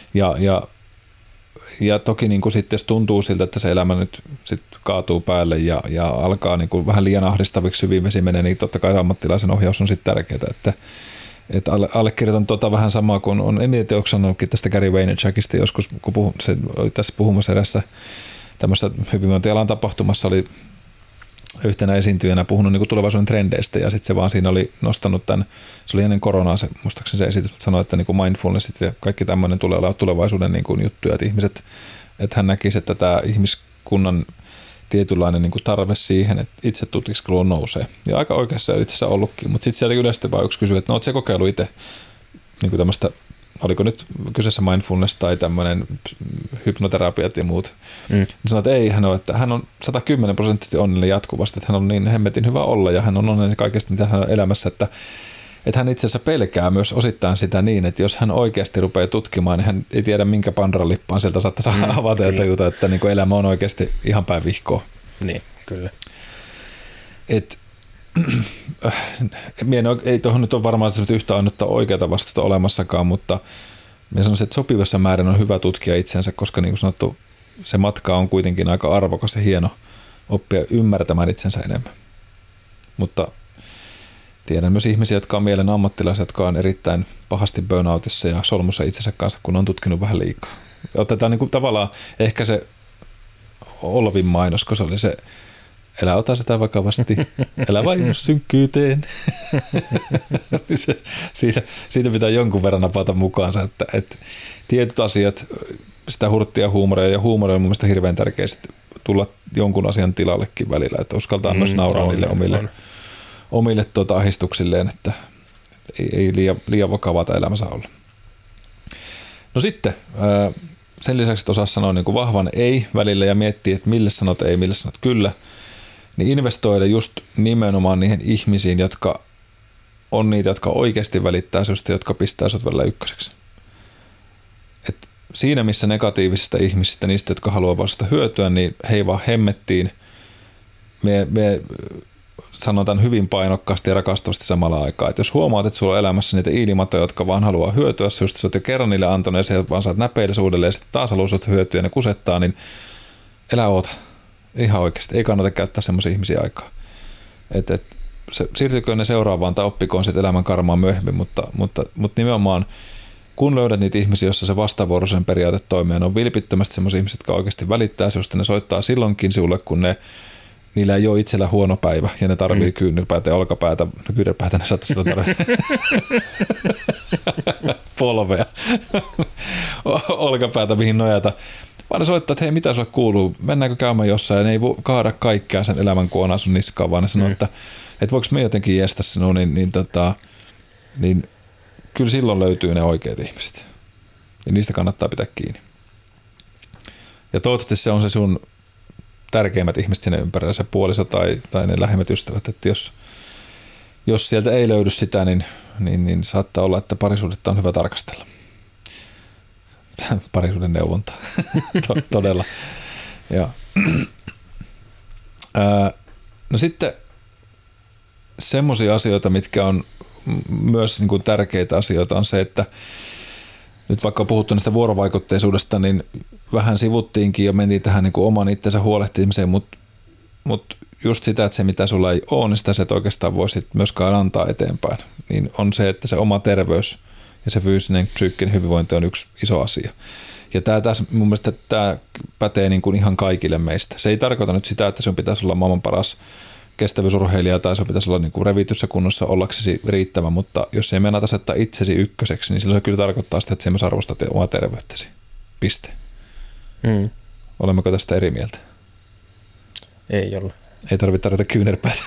Ja toki niin kuin sitten, jos tuntuu siltä, että se elämä nyt sit kaatuu päälle ja alkaa niin kuin vähän liian ahdistaviksi syviin vesi menee, niin totta kai ammattilaisen ohjaus on sitten tärkeää, että allekirjoitan vähän samaa kuin on eniten sanonutkin tästä Gary Vaynerchukista joskus, kun se oli tässä puhumassa erässä tämmöisessä hyvinvointialan tapahtumassa, oli yhtenä esiintyjänä puhunut niin kuin tulevaisuuden trendeistä ja sitten se vaan siinä oli nostanut tämän, se oli ennen koronaa se, muistaakseni se esitys, mutta sanoi, että niin kuin mindfulnessit ja kaikki tämmöinen tulee olla tulevaisuuden niin kuin juttuja, että ihmiset, että hän näkisi, että tämä ihmiskunnan tietynlainen niin kuin tarve siihen, että itse tutkiskelu nousee. Ja aika oikeassa itse asiassa ollutkin, mutta sitten sieltä yleisesti vaan yksi kysyy, että no ootko se kokeillut itse niin kuin tämmöistä, oliko nyt kyseessä mindfulness tai tämmöinen hypnoterapiat ja muut. Sanoi, että ei hän ole, että hän on 110% onnellinen jatkuvasti, että hän on niin hemmetin hyvä olla ja hän on onnellinen kaikesta, mitä hän on elämässä, että hän itse asiassa pelkää myös osittain sitä niin, että jos hän oikeasti rupeaa tutkimaan, niin hän ei tiedä minkä Pandoran lippaan sieltä saattaisi avata ja tajuta, että niin kuin elämä on oikeasti ihan päin vihkoa. Niin, kyllä. Ei tuohon nyt ole varmaan yhtä ainutta oikeata vastausta olemassakaan, mutta minä sanoisin, että sopivassa määrin on hyvä tutkia itsensä, koska niin kuin sanottu, se matka on kuitenkin aika arvokas ja hieno oppia ymmärtämään itsensä enemmän. Mutta tiedän myös ihmisiä, jotka on mielen ammattilaisia, jotka on erittäin pahasti burnoutissa ja solmussa itsensä kanssa, kun on tutkinut vähän liikaa. Otetaan niin kuin tavallaan ehkä se Olvin mainos, kun se oli se älä ota sitä vakavasti, älä vain synkkyyteen. siitä pitää jonkun verran napata mukaansa, että tietyt asiat, sitä hurttia huumoria, ja huumori on mun mielestä hirveän tärkeää tulla jonkun asian tilallekin välillä, että uskaltaa myös nauraa niille omille ahdistuksilleen, että ei liian vakavaa tämä elämä saa olla. No sitten, sen lisäksi, että osaa sanoa niin kuin vahvan ei välillä ja miettiä, että mille sanot ei, mille sanot kyllä, niin investoida just nimenomaan niihin ihmisiin, jotka on niitä, jotka oikeasti välittää sinusta, jotka pistää sinut välillä ykköseksi. Et siinä, missä negatiivisista ihmisistä, niistä, jotka haluaa vasta hyötyä, niin hei vaan hemmettiin. Me sanotaan hyvin painokkaasti ja rakastavasti samalla aikaa. Et jos huomaat, että sulla on elämässä niitä iilimatoja, jotka vaan haluaa hyötyä, sä oot jo kerran niille antanut ja sieltä vaan saat näpeillä uudelleen ja sitten taas haluat hyötyä ja ne kusettaa, niin elä oota. Ihan oikeasti. Ei kannata käyttää semmoisia ihmisiä aikaa. Siirtyköön ne seuraavaan tai oppikoon sitten elämän karmaan myöhemmin, mutta nimenomaan kun löydät niitä ihmisiä, joissa se vastavuoroisen periaate toimii, ne on vilpittömästi semmoisia ihmisiä, jotka oikeasti välittää sinusta, ne soittaa silloinkin sinulle, kun niillä ei ole itsellä huono päivä ja ne tarvii kyynärpäätä ja olkapäätä. No kyynärpäätä ne saattaa sillä tarvita. Polvea. Olkapäätä, mihin nojata. Vaan ne soittaa, että hei, mitä sulle kuuluu, mennäänkö käymään jossain, ja ne ei kaada kaikkea sen elämän kuonaan sun niskaan, vaan ne sanoo, että voiko me jotenkin jestä sinua, niin kyllä silloin löytyy ne oikeat ihmiset. Ja niistä kannattaa pitää kiinni. Ja toivottavasti se on se sun tärkeimmät ihmiset sinne ympärillä, se puoliso tai ne lähimmät ystävät, että jos sieltä ei löydy sitä, niin saattaa olla, että parisuudetta on hyvä tarkastella. Parisuuden neuvontaa. Todella. Ja. No sitten semmoisia asioita, mitkä on myös niin kuin tärkeitä asioita, on se, että nyt vaikka on puhuttu näistä vuorovaikutteisuudesta, niin vähän sivuttiinkin ja mentiin tähän niin kuin oman itsensä huolehtimiseen, mutta just sitä, että se mitä sulla ei ole, niin sitä sä et oikeastaan voisit myöskään antaa eteenpäin. Niin on se, että se oma terveys ja se fyysinen, psyykkinen hyvinvointi on yksi iso asia. Ja mun mielestä tämä pätee niin kuin ihan kaikille meistä. Se ei tarkoita nyt sitä, että sun pitäisi olla maailman paras kestävyysurheilija tai sun pitäisi olla niin kuin revityssä kunnossa ollaksesi riittävä, mutta jos ei mennä asettaa itsesi ykköseksi, niin silloin se kyllä tarkoittaa sitä, että sä myös arvostat omaa terveyttäsi. Piste. Olemmeko tästä eri mieltä? Ei olla. Ei tarvitse tarvita kyynärpäätä.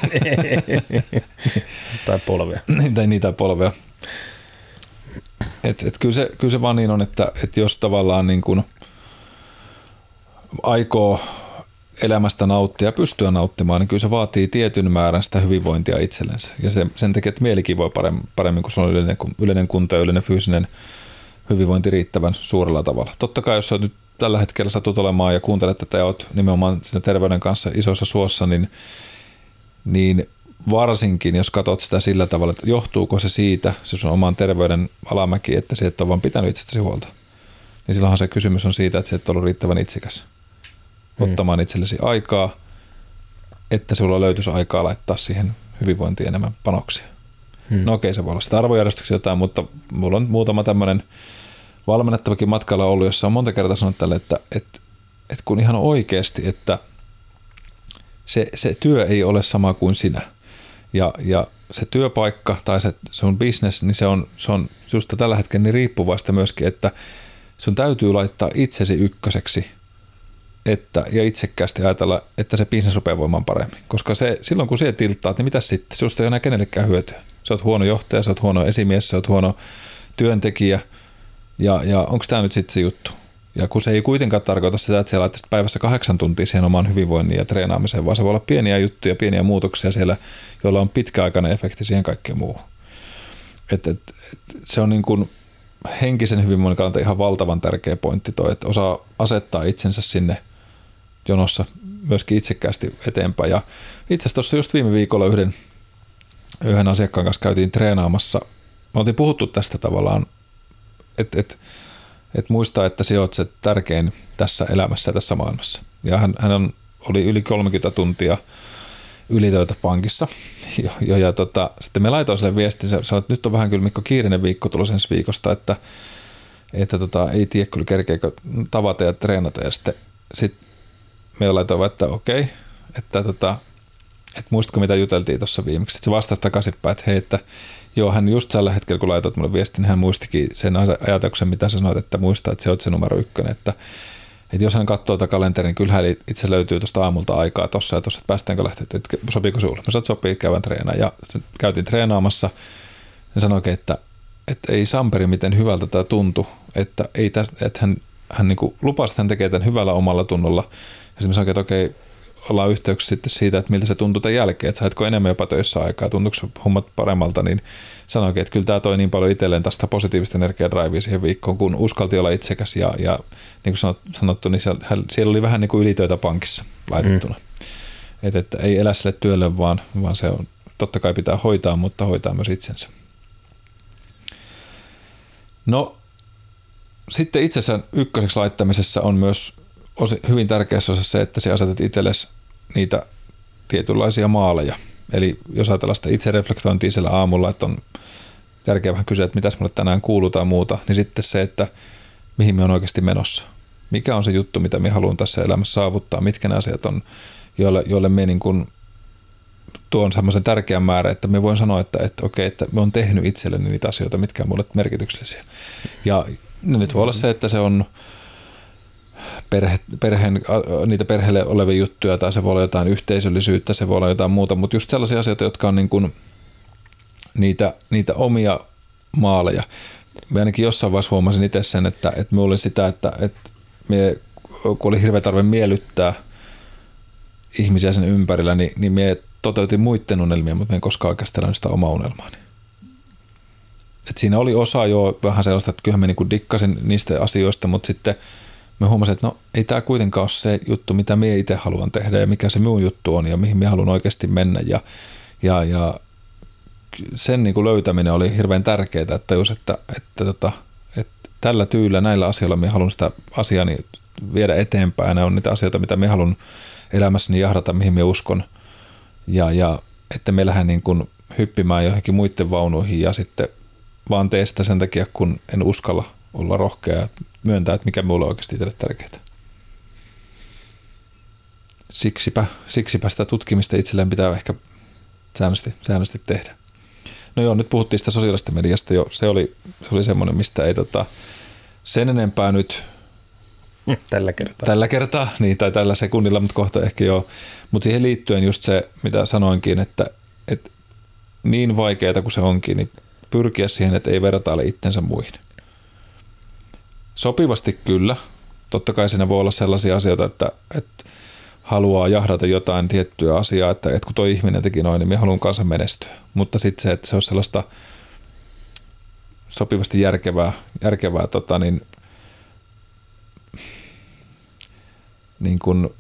Tai polvea. Tai niitä polvea. Kyllä se vaan niin on, että jos tavallaan niin kuin aikoo elämästä nauttia ja pystyä nauttimaan, niin kyllä se vaatii tietyn määrän sitä hyvinvointia itsellensä. Ja sen takia, että mielikin voi paremmin, kun se on yleinen kunto ja yleinen fyysinen hyvinvointi riittävän suurella tavalla. Totta kai, jos sä nyt tällä hetkellä satut olemaan ja kuuntelet tätä ja oot nimenomaan siinä terveyden kanssa isossa suossa, niin varsinkin, jos katsot sitä sillä tavalla, että johtuuko se siitä, se sun oman terveyden alamäki, että sä et ole vaan pitänyt itsestäsi huolta, niin silloinhan se kysymys on siitä, että sä et ollut riittävän itsikäs ottamaan itsellesi aikaa, että sulla löytyisi aikaa laittaa siihen hyvinvointiin enemmän panoksia. No okei, se voi olla sitä arvojärjestyksiä jotain, mutta mulla on muutama tämmöinen valmennettavakin matkalla ollut, jossa on monta kertaa sanonut tälle, että kun ihan oikeasti, että se työ ei ole sama kuin sinä. Ja se työpaikka tai se sun business, niin se on just tällä hetkellä niin riippuvaista myöskin, että sun täytyy laittaa itsesi ykköseksi ja itsekkäästi ajatella, että se business rupeaa voimaan paremmin. Koska silloin kun se tilttaat, niin mitäs sitten? Susta ei ole enää kenellekään hyötyä. Sä oot huono johtaja, sä oot huono esimies, sä oot huono työntekijä. Ja onko tämä nyt sitten se juttu? Ja kun se ei kuitenkaan tarkoita sitä, että sä laittaisit päivässä 8 tuntia siihen omaan hyvinvoinnin ja treenaamiseen, vaan se voi olla pieniä juttuja, pieniä muutoksia siellä, joilla on pitkäaikainen efekti siihen kaikkeen muuhun. Se on niin kuin henkisen hyvinvoinnin kannalta ihan valtavan tärkeä pointti toi, että osaa asettaa itsensä sinne jonossa myöskin itsekkäästi eteenpäin. Ja itse asiassa tuossa just viime viikolla yhden asiakkaan kanssa käytiin treenaamassa. Me oltiin puhuttu tästä tavallaan, että muistaa, että sinä olet se tärkein tässä elämässä ja tässä maailmassa. Ja hän oli yli 30 tuntia ylitöitä pankissa. Sitten me laitoin sille viestin, sanoin, että nyt on vähän kyllä Mikko kiireinen viikko tulossa ensi viikosta, että ei tiedä kyllä kerkeekö tavata ja treenata. Ja sitten me laitoin, että okei, että muistatko mitä juteltiin tuossa viimeksi. Sitten se vastasi takaisinpäin, että hei, että joo, hän just tällä hetkellä kun laitoit mulle viestin, hän muistikin sen ajatuksen, mitä sä sanoit, että muistaa, että se on se numero 1, että jos hän katsoo tätä kalenterin, niin kyllähän itse löytyy tuosta aamulta aikaa tuossa ja tuossa, että päästäänkö lähteä, että sopiiko sinulle. Mä sanoin, että sopii, käydään treenaan. Ja käytiin treenaamassa ja sanoikin, että ei samperi, miten hyvältä tämä tuntui, että hän niin kuin lupasi, että hän tekee tämän hyvällä omalla tunnolla. Ja sitten mä sanoin, että okei, ollaan yhteyksissä sitten siitä, että miltä se tuntui tämän jälkeen, että saitko enemmän jopa töissä aikaa, tuntuuko hommat paremmalta, niin sanoinkin, että kyllä tämä toi niin paljon itselleen tästä positiivista energiadraivia siihen viikkoon, kun uskalti olla itsekäs ja niin kuin sanottu, niin siellä oli vähän niin kuin ylitöitä pankissa laitettuna. Että ei elä sille työlle, vaan se on, totta kai pitää hoitaa, mutta hoitaa myös itsensä. No sitten itsensä ykköseksi laittamisessa on myös hyvin tärkeässä osassa se, että sä asetat itsellesi niitä tietynlaisia maaleja. Eli jos ajatellaan sitä itsereflektointia siellä aamulla, että on tärkeää vähän kysyä, että mitäs mulle tänään kuuluu tai muuta, niin sitten se, että mihin me on oikeasti menossa. Mikä on se juttu, mitä me haluan tässä elämässä saavuttaa, mitkä ne asiat on, joille me niin kuin tuon semmoisen tärkeän määrän, että me voin sanoa, että okei, että me on tehnyt itselleni niitä asioita, mitkä on mulle merkityksellisiä. Ja nyt voi olla se, että se on niitä perheelle olevia juttuja, tai se voi olla jotain yhteisöllisyyttä, se voi olla jotain muuta, mutta just sellaisia asioita, jotka on niin kuin niitä omia maaleja. Mä ainakin jossain vaiheessa huomasin itse sen, että me oli sitä, että kun oli hirveä tarve miellyttää ihmisiä sen ympärillä, niin me toteutin muiden unelmia, mutta me en koskaan oikeastaan sitä omaa unelmaani. Et siinä oli osa jo vähän sellaista, että kyllähän mä niin dikkasin niistä asioista, mutta sitten mä huomasin, että no ei tämä kuitenkaan ole se juttu, mitä minä itse haluan tehdä ja mikä se minun juttu on ja mihin minä haluan oikeasti mennä. Ja sen niin kuin löytäminen oli hirveän tärkeää, että jos että tällä tyylillä, näillä asioilla minä haluan sitä asiani viedä eteenpäin. Ne on niitä asioita, mitä minä haluan elämässäni jahdata, mihin minä uskon. Ja että me lähden niin kuin hyppimään johonkin muiden vaunuihin ja sitten vaan tee sitä sen takia, kun en uskalla olla rohkea ja myöntää, että mikä minulle on oikeasti itselle tärkeää. Siksipä sitä tutkimista itselleen pitää ehkä säännöllisesti tehdä. No joo, nyt puhuttiin sitä sosiaalisesta mediasta jo. Se oli semmoinen, mistä ei sen enempää nyt Tällä kertaa, niin, tai tällä sekunnilla, mutta kohta ehkä joo. Mutta siihen liittyen just se, mitä sanoinkin, että niin vaikeaa kuin se onkin, niin pyrkiä siihen, että ei vertaile itsensä muihin. Sopivasti kyllä. Totta kai siinä voi olla sellaisia asioita, että haluaa jahdata jotain tiettyä asiaa, että kun toi ihminen teki noin, niin minä haluan kanssa menestyä. Mutta sitten se, että se on sellaista sopivasti järkevää niin kuin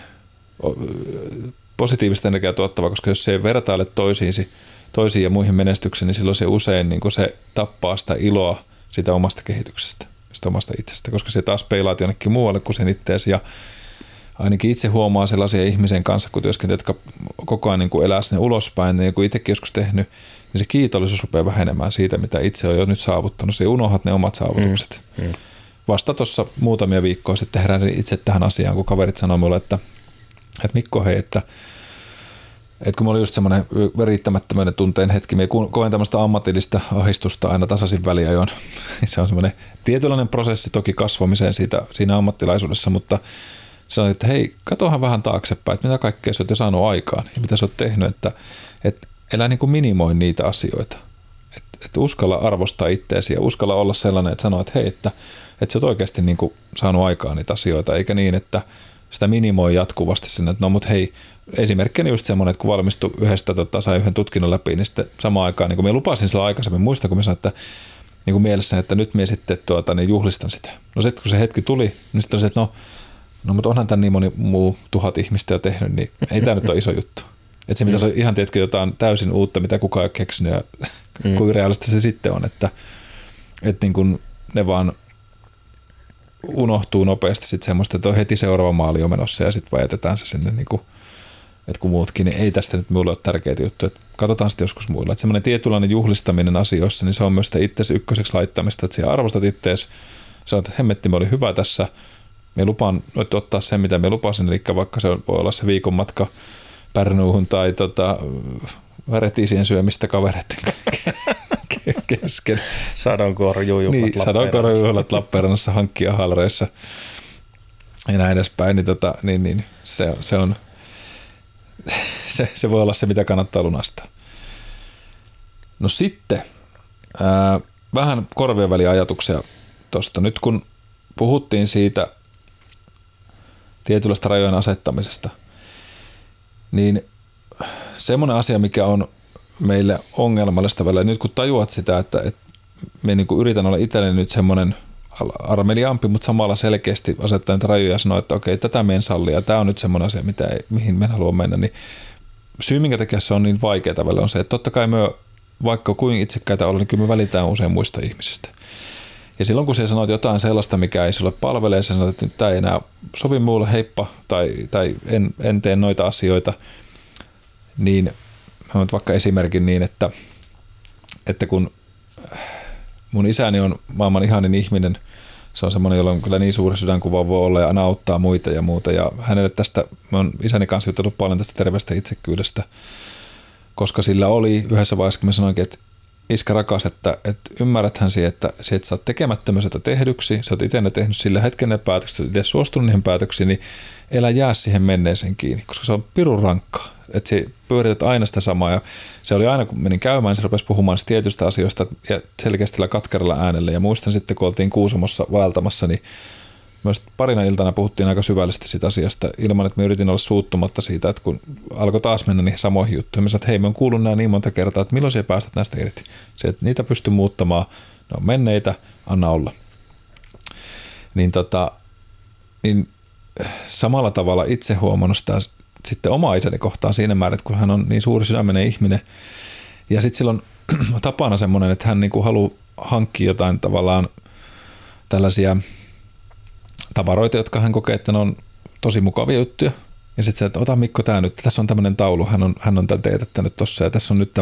positiivista energiaa tuottavaa, koska jos se ei vertaile toisiin ja muihin menestyksiin, niin silloin se usein niin kuin se tappaa sitä iloa sitä omasta kehityksestä, sitä omasta itsestä, koska se taas peilaat jonnekin muualle kuin sen itteesi. Ja ainakin itse huomaa sellaisia ihmisen kanssa, kun työskentelee, jotka koko ajan niin kuin elää sinne ulospäin, niin kun itsekin joskus tehnyt, niin se kiitollisuus rupeaa vähenemään siitä, mitä itse on jo nyt saavuttanut. Se unohdat ne omat saavutukset. Vasta tuossa muutamia viikkoja sitten heräsin itse tähän asiaan, kun kaverit sanoi mulle, että Mikko, hei, että kun mulla oli just semmoinen riittämättömyyden tunteen hetki, minä koen tämmöistä ammatillista ahdistusta aina tasaisin väliajoin. Se on semmoinen tietynlainen prosessi toki kasvamiseen siinä ammattilaisuudessa, mutta sanoin, että hei, katohan vähän taaksepäin, että mitä kaikkea sä oot jo saanut aikaan ja mitä sä oot tehnyt, että elä niin kuin minimoi niitä asioita. Että uskalla arvostaa itseäsi ja uskalla olla sellainen, että sanoo, että hei, että sä oot oikeasti niin kuin saanut aikaan niitä asioita, eikä niin, että sitä minimoi jatkuvasti sinne, että no mut hei, esimerkkinä just semmoinen, että kun valmistui sai yhden tutkinnon läpi, niin sitten samaan aikaan, niin kuin minä lupasin silloin aikaisemmin, muistan, kun minä sanoin, että niin kuin mielessäni, että nyt minä sitten niin juhlistan sitä. No sitten kun se hetki tuli, niin sitten oli se, että no mutta onhan tämän niin moni muu 1000 ihmistä jo tehnyt, niin ei tämä nyt ole iso juttu. Että se mitä on ihan tiedätkö jotain täysin uutta, mitä kukaan ei ole keksinyt ja kuinka realista se sitten on, että niin kuin ne vaan unohtuu nopeasti sitten semmoista, että on heti seuraava maali jo menossa ja sitten vaan jätetään se sinne niin kuin että kun muutkin, niin ei tästä nyt minulle ole tärkeitä juttuja, että katsotaan sitten joskus muilla. Että semmoinen tietynlainen juhlistaminen asioissa, niin se on myös sitä itsesi ykköseksi laittamista, että sinä arvostat itseäsi, sanot, että hemmetti, me oli hyvä tässä, me lupaan nyt ottaa sen, mitä me lupasin, eli vaikka se voi olla se viikon matka Pärnuuhun tai retisien syömistä kavereiden kesken. Sadonkorjuujuhlat niin, sadonkorjuujuhlat Lappeenrannassa hankkia halreissa ja näin edespäin, niin se voi olla se, mitä kannattaa lunastaa. No sitten vähän korvien väliä ajatuksia tuosta. Nyt kun puhuttiin siitä tietynlaista rajojen asettamisesta, niin semmoinen asia, mikä on meille ongelmallista välillä, nyt kun tajuat sitä, että me niin kuin yritän olla itselleni nyt semmoinen armeliaampi, mutta samalla selkeästi asettaa niitä rajoja ja sanoa, että okei, tätä me en salli ja tämä on nyt semmoinen asia, mihin me haluan mennä, niin syy, minkä takia se on niin vaikeaa välillä on se, että totta kai me, vaikka kuin itsekkäitä olla, niin kyllä me välitään usein muista ihmisistä. Ja silloin kun sä sanot jotain sellaista, mikä ei sulle palvele, sä sanot, että nyt tämä ei enää sovi mulle, heippa, tai en tee noita asioita, niin mä oon vaikka esimerkin niin, että kun mun isäni on maailman ihanin ihminen, se on semmoinen, jolla on kyllä niin suuri sydänkuva voi olla ja aina auttaa muita ja muuta. Ja hänelle tästä, mä oon isäni kanssa jutellut paljon tästä terveestä itsekkyydestä, koska sillä oli yhdessä vaiheessa, kun mä sanoinkin, että iskä rakas, että ymmärräthän siihen, että sä et saa tekemättömyysetä tehdyksi, sä oot itse tehnyt sillä hetken ne päätökset, sä oot itse suostunut niihin päätöksiin, niin elä jää siihen menneeseen kiinni, koska se on pirun rankkaa. Että sä pyörität aina sitä samaa ja se oli aina, kun menin käymään, niin se rupesi puhumaan tietystä asioista ja selkeästi katkeralla äänellä. Ja muistan sitten, kun oltiin Kuusamossa vaeltamassa, niin myös parina iltana puhuttiin aika syvällisesti siitä asiasta ilman, että me yritin olla suuttumatta siitä, että kun alkoi taas mennä niihin samoihin juttuihin. Mä sanoin, että hei, me on kuullut nämä niin monta kertaa, että milloin sä päästät näistä irti. Se, että niitä pystyy muuttamaan, ne on menneitä, anna olla. Niin samalla tavalla itse huomannut sitä sitten oma isäni kohtaan siinä määrin, että kun hän on niin suuri sydäminen ihminen ja sitten sillä on tapana semmoinen, että hän niinku haluaa hankkia jotain tavallaan tällaisia tavaroita, jotka hän kokee, että ne on tosi mukavia juttuja. Ja sitten se, että ota Mikko tää nyt, tässä on tämmöinen taulu, hän on tämän teetättänyt tossa ja tässä on nyt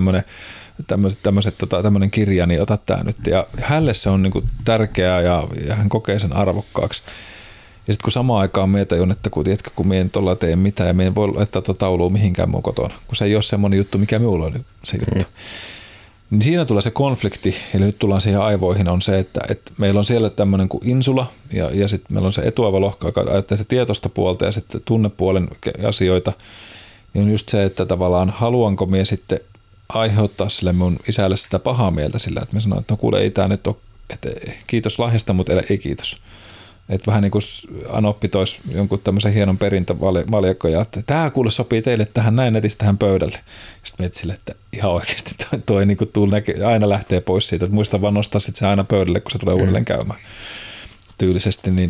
tämmöinen kirja, niin ota tää nyt. Ja hänelle se on niinku tärkeää ja hän kokee sen arvokkaaksi. Ja sitten kun samaan aikaan mietin, että kun mie en tuolla tee mitään ja mie en voi laittaa tuota taulua mihinkään mun kotona, kun se ei ole semmoinen juttu, mikä minulla on se juttu. Niin siinä tulee se konflikti, eli nyt tullaan siihen aivoihin, on se, että meillä on siellä tämmöinen kuin insula ja sitten meillä on se etuaivolohko, joka ajattelee sitä tietoista puolta ja sitten tunnepuolen asioita. Niin on just se, että tavallaan haluanko mie sitten aiheuttaa sille mun isälle sitä pahaa mieltä sillä, että me sanon, että no kuule ei tämä nyt ole, että kiitos lahjasta, mutta ei kiitos. Että vähän niin kuin Anoppi toisi jonkun tämmöisen hienon perintävaljakon ja että tämä kuule sopii teille tähän näin netistä tähän pöydälle. Sitten mietit sille, että ihan oikeasti toi niin kuin aina lähtee pois siitä, että muista vaan nostaa sitten se aina pöydälle, kun se tulee uudelleen käymään tyylisesti. Niin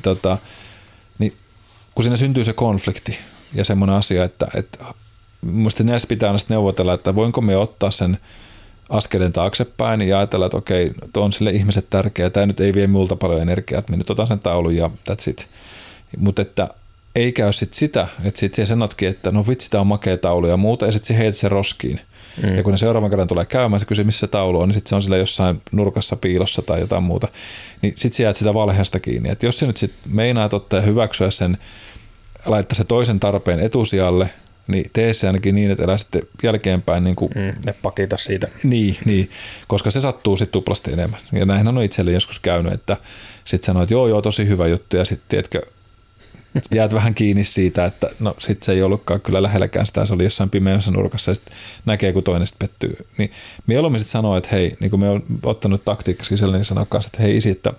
kun siinä syntyy se konflikti ja semmoinen asia, että mielestäni näissä pitää aina neuvotella, että voinko me ottaa sen askeleen taaksepäin ja ajatella, että okei, tuo on sille ihmiset tärkeää, tämä nyt ei vie multa paljon energiaa, että minä nyt otan sen taulun ja that's it. Mutta että ei käy sitten sitä, että sitten sanotkin, että no vitsi, tämä on makea taulu ja muuta, ja sitten heität sen roskiin. Ja kun ne seuraavan kerran tulee käymään, se kysyy, missä se taulu on, niin sitten se on sillä jossain nurkassa piilossa tai jotain muuta. Niin sitten sä jäät sitä valheesta kiinni. Että jos sä nyt sitten meinaat ottaa ja hyväksyä sen, laittaa se toisen tarpeen etusijalle, niin tee se ainakin niin, että elää sitten jälkeenpäin. Niin kuin, ne pakita siitä. Niin, koska se sattuu sitten tuplasti enemmän. Ja näinhän on itselle joskus käynyt, että sitten sanoo, että joo, tosi hyvä juttu, ja sitten tiedätkö, jäät vähän kiinni siitä, että no sitten se ei ollutkaan kyllä lähelläkään sitä, se oli jossain pimeässä nurkassa, ja sitten näkee, kun toinen sitten pettyy. Niin mieluummin sitten sanoo, että hei, niin kuin me on ottanut taktiikkaksi sellainen, niin sanoo kanssa, että hei isi, että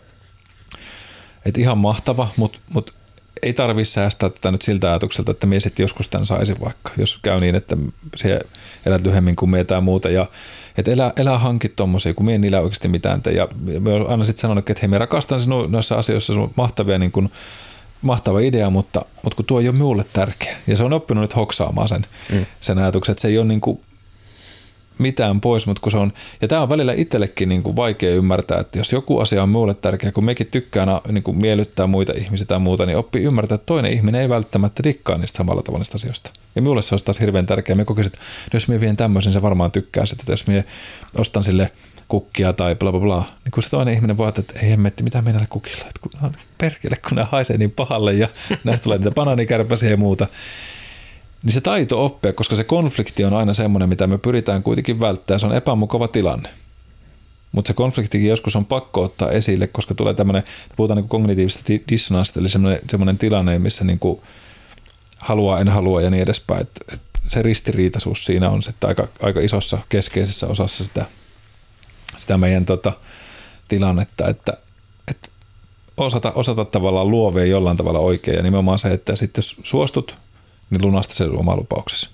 ihan mahtava, mutta ei tarvitse säästää tätä nyt siltä ajatukselta, että mie sitten joskus tämän saisin vaikka, jos käy niin, että se elät lyhyemmin kuin mie tai muuta. Ja että elää hankit tommosia, kun mie en niillä oikeasti mitään tee. Ja me on aina sitten sanonut, että hei, me rakastan noissa asioissa, se on mahtavia, niin kuin, mahtava idea, mutta kun tuo ei ole minulle tärkeä. Ja se on oppinut nyt hoksaamaan sen ajatuksen, että se ei ole niin kuin mitään pois, mutta kun se on, ja tämä on välillä itsellekin niin kuin vaikea ymmärtää, että jos joku asia on minulle tärkeä, kun mekin tykkään niin kuin miellyttää muita ihmisiä tai muuta, niin oppii ymmärtää, että toinen ihminen ei välttämättä dikkaa niistä samalla tavalla niistä asioista. Ja minulle se olisi taas hirveän tärkeää. Me kokisin, että jos minä vien tämmöisen, se varmaan tykkää sitä, että jos minä ostan sille kukkia tai bla bla bla, niin kun se toinen ihminen voi että ei hemmetti, mitä me näille kukilla, että kun on perkele, kun nämä haisee niin pahalle ja näistä tulee niitä banaanikärpäsiä ja muuta. Niin se taito oppia, koska se konflikti on aina semmoinen, mitä me pyritään kuitenkin välttämään. Se on epämukava tilanne. Mutta se konfliktikin joskus on pakko ottaa esille, koska tulee tämmöinen, puhutaan niin kognitiivista dissonanssista, eli semmoinen tilanne, missä niin kuin haluaa, en halua ja niin edespäin. Et se ristiriitaisuus siinä on sitten aika isossa keskeisessä osassa sitä meidän tilannetta, että osata tavallaan luovia jollain tavalla oikein. Ja nimenomaan se, että sitten jos suostut, niin lunasta se oma lupauksesi.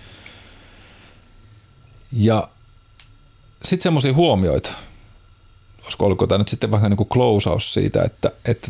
Ja sitten semmoisia huomioita. Olisiko tämä nyt sitten vähän niin kuin closeaus siitä, että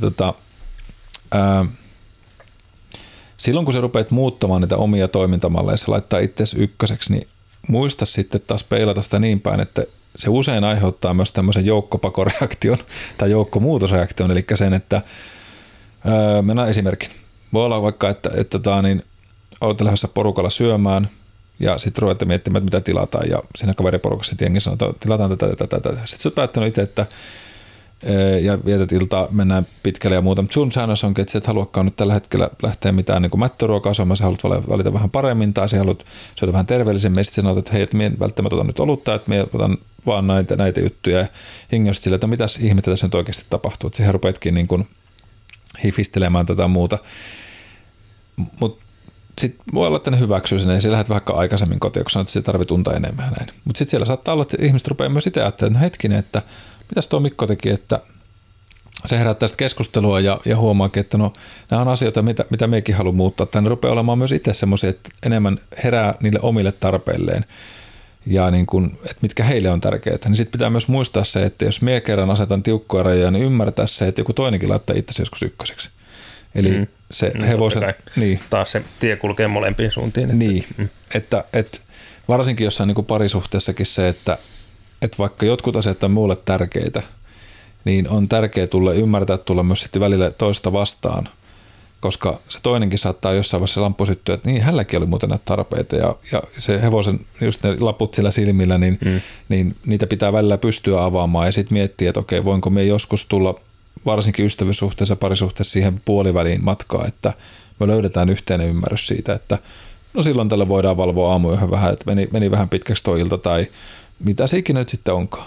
silloin kun sä rupeat muuttamaan niitä omia toimintamalleja, se laittaa itseäsi ykköseksi, niin muista sitten taas peilata sitä niin päin, että se usein aiheuttaa myös tämmöisen joukkopakoreaktion tai joukkomuutosreaktion, eli sen, että mennään esimerkkin. Voi olla vaikka, että olette lähdössä porukalla syömään ja sitten ruvetaan miettimään, että mitä tilataan ja siinä kaveriporukassa jengi sanoo, että tilataan tätä. Sitten sä oot päättänyt itse, että ja vietät iltaa, mennään pitkälle ja muuta, mutta sun säännös onkin, että sä et haluakaan nyt tällä hetkellä lähteä mitään niin mättöruokaa syömään, sä haluat valita vähän paremmin tai sä haluat syödä vähän terveellisemmin ja sitten sanot, että hei, että minä välttämättä otan nyt olutta, että minä otan vaan näitä juttuja ja hengiä sillä, että mitäs ihmettä tässä nyt oikeasti tapahtuu, että siihen rupeatkin niin kuin hifistelemään tätä muuta, mutta sitten voi olla, että ne hyväksyy sen ja sä lähdet vaikka aikaisemmin kotiin, kun sanot, että se tarvitsee tunta enemmän näin. Mutta sitten siellä saattaa olla, että ihmiset rupeaa myös itse ajattelemaan, että hetkinen, että mitäs tuo Mikko teki, että se herättää sitä keskustelua ja huomaakin, että no nämä on asioita, mitä mekin haluan muuttaa. Tai ne rupeaa olemaan myös itse semmoisia, että enemmän herää niille omille tarpeilleen ja niin kun, että mitkä heille on tärkeää. Niin sitten pitää myös muistaa se, että jos mie kerran asetan tiukkoja rajoja, niin ymmärtää se, että joku toinenkin laittaa itsesi joskus ykköseksi. Eli se hevosen... Niin. Taas se tie kulkee molempiin suuntiin. Niin, että varsinkin jossain niin kuin parisuhteessakin se, että vaikka jotkut asiat on muulle tärkeitä, niin on tärkeää ymmärtää tulla myös sitten välillä toista vastaan, koska se toinenkin saattaa jossain vaiheessa lamppu syttyä, että niin hänelläkin oli muuten näitä tarpeita ja se hevosen, just ne laput sillä silmillä, niin niitä pitää välillä pystyä avaamaan ja sitten miettiä, että okei, voinko me joskus tulla varsinkin ystävyyssuhteessa, parisuhteessa siihen puoliväliin matkaa, että me löydetään yhteinen ymmärrys siitä, että no silloin tällä voidaan valvoa aamuyöhön vähän, että meni vähän pitkäksi tuo ilta tai mitä se ikinä nyt sitten onkaan.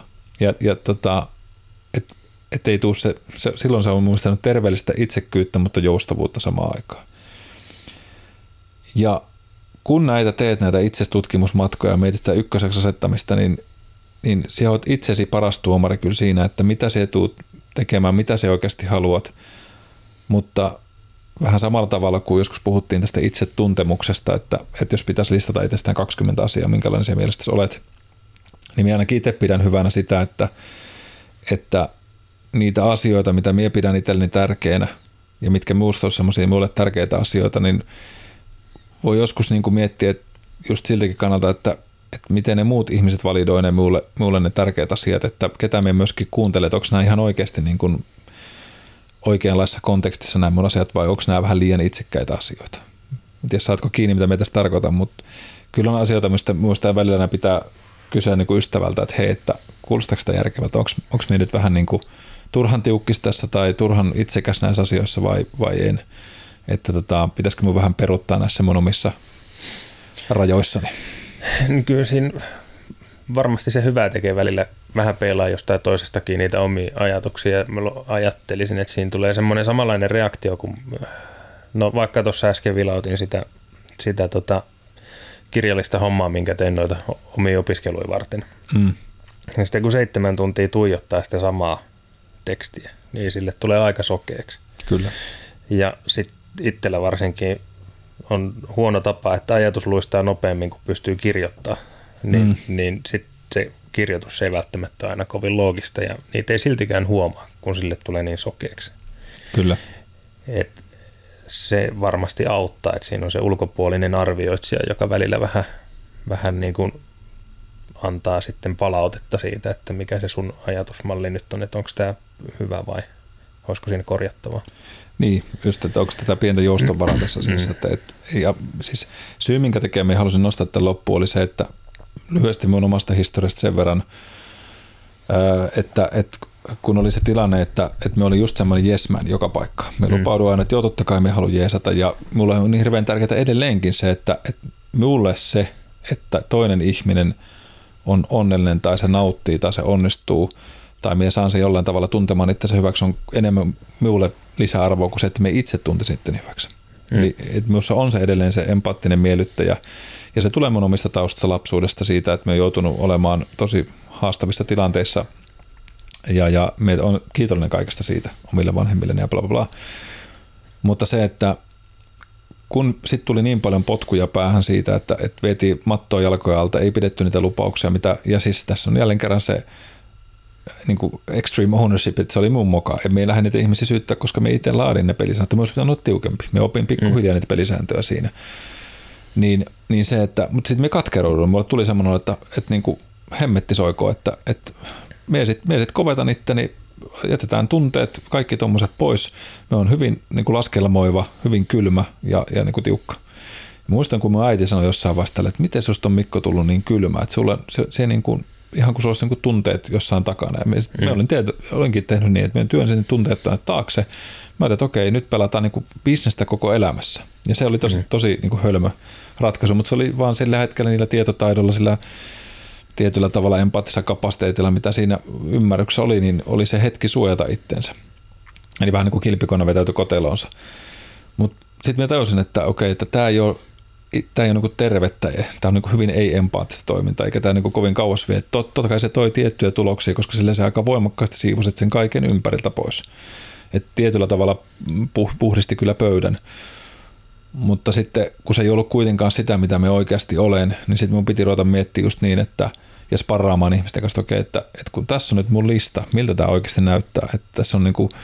Että ei tule silloin se on mun mielestä terveellistä itsekkyyttä, mutta joustavuutta samaan aikaan. Ja kun teet näitä itsestutkimusmatkoja ja mietit sitä ykköseksi asettamista, niin sinä olet itsesi paras tuomari kyllä siinä, että mitä sinä tulet tekemään, mitä sinä oikeasti haluat, mutta vähän samalla tavalla kuin joskus puhuttiin tästä itsetuntemuksesta, että jos pitäisi listata itsestään 20 asiaa, minkälainen sinä mielestäsi olet, niin minä ainakin itse pidän hyvänä sitä, että niitä asioita, mitä minä pidän itselleni tärkeänä ja mitkä minusta on semmoisia minulle tärkeitä asioita, niin voi joskus niin kuin miettiä että just siltäkin kannalta, että miten ne muut ihmiset validoi ne minulle ne tärkeät asiat, että ketä minä myöskin kuuntelen, että onko nämä ihan oikeasti niin kuin oikeanlaisessa kontekstissa nämä mun asiat vai onko nämä vähän liian itsekkäitä asioita. En tiedä, saatko kiinni, mitä me tässä tarkoitan, mutta kyllä on asioita, mistä minusta välillä pitää kysyä niin kuin ystävältä, että hei, että kuulostaako sitä järkevältä, onko minä nyt vähän niin kuin turhan tiukkis tässä tai turhan itsekäs näissä asioissa vai en. Että pitäisikö minun vähän peruuttaa näissä mun omissa rajoissani. Kyllä siinä varmasti se hyvää tekee välillä vähän peilaa jostain toisestakin niitä omia ajatuksia. Mä ajattelisin, että siinä tulee semmoinen samanlainen reaktio kuin, no vaikka tuossa äsken vilautin sitä kirjallista hommaa, minkä tein noita omia opiskeluja varten. Ja sitten kun 7 tuntia tuijottaa sitä samaa tekstiä, niin sille tulee aika sokeaksi. Kyllä. Ja sitten itsellä varsinkin on huono tapa, että ajatus luistaa nopeammin, kun pystyy kirjoittamaan. Niin sitten se kirjoitus ei välttämättä ole aina kovin loogista ja niitä ei siltikään huomaa, kun sille tulee niin sokeaksi. Kyllä. Et se varmasti auttaa, että siinä on se ulkopuolinen arvioitsija, joka välillä vähän niin kuin antaa sitten palautetta siitä, että mikä se sun ajatusmalli nyt on, että onko tämä hyvä vai olisiko siinä korjattavaa. Niin, just, että onko tätä pientä joustonvaraa tässä siis. Siis syy, minkä takia me halusin nostaa tämän loppuun, oli se, että lyhyesti mun omasta historiasta sen verran, että kun oli se tilanne, että me oli just semmoinen yes man joka paikka. Me lupauduin aina, että joo, totta kai me haluan jeesata. Ja mulle on niin hirveän tärkeää edelleenkin se, että mulle se, että toinen ihminen on onnellinen tai se nauttii tai se onnistuu tai minä saan se jollain tavalla tuntemaan itse hyväksi, on enemmän minulle lisäarvoa kuin se, että me itse tuntisin itteni hyväksi. Eli minussa on se edelleen se empaattinen miellyttäjä ja se tulee mun omista taustasta lapsuudesta siitä, että me on joutunut olemaan tosi haastavissa tilanteissa ja me on kiitollinen kaikesta siitä omille vanhemmilleni ja bla bla bla. Mutta se, että kun sitten tuli niin paljon potkuja päähän siitä, että veti mattoa jalkoja alta, ei pidetty niitä lupauksia, ja siis tässä on jälleen kerran se niin kuin extreme ownership, että se oli mun moka. Me ei lähde niitä ihmisiä syyttää, koska me itse laadin ne pelisäännöt. Me olisi pitänyt olla tiukempi. Me opin pikkuhiljaa niitä pelisääntöjä siinä. Niin se, että, mutta sitten me katkeroidun. Mulle tuli semmoinen, että niin kuin hemmetti soikoo, että me sit kovetan itteni, jätetään tunteet, kaikki tommoset pois. Me on hyvin niin kuin laskelmoiva, hyvin kylmä ja niin kuin tiukka. Muistan, kun mun äiti sanoi jossain vaiheessa, että miten susta on Mikko tullut niin kylmä, että sulla se niin kuin ihan kuin se olisi niin tunteet jossain takana. Ja me olinkin tehnyt niin, että me työnsin tunteet taakse. Mä ajattelin, että okei, nyt pelataan niin kuin bisnestä koko elämässä. Ja se oli tosi niin kuin hölmö ratkaisu, mutta se oli vaan sillä hetkellä niillä tietotaidolla, sillä tietyllä tavalla empaattisella kapasiteetilla, mitä siinä ymmärryksessä oli, niin oli se hetki suojata itsensä. Eli vähän niin kuin kilpikonna vetäytyi koteloonsa. Mutta sitten mä tajusin, että okei, että tämä ei ole niin tervettä, tämä on niin hyvin ei-empaattista toimintaa, eikä tämä niin kovin kauas vie. Totta kai se toi tiettyjä tuloksia, koska sillä se aika voimakkaasti siivosit sen kaiken ympäriltä pois. Et tietyllä tavalla puhdisti kyllä pöydän. Mutta sitten, kun se ei ollut kuitenkaan sitä, mitä me oikeasti olen, niin sitten mun piti ruveta miettimään just niin, että ja sparraamaan ihmisten kanssa, että kun tässä on nyt mun lista, miltä tämä oikeasti näyttää, että tässä on niin kuin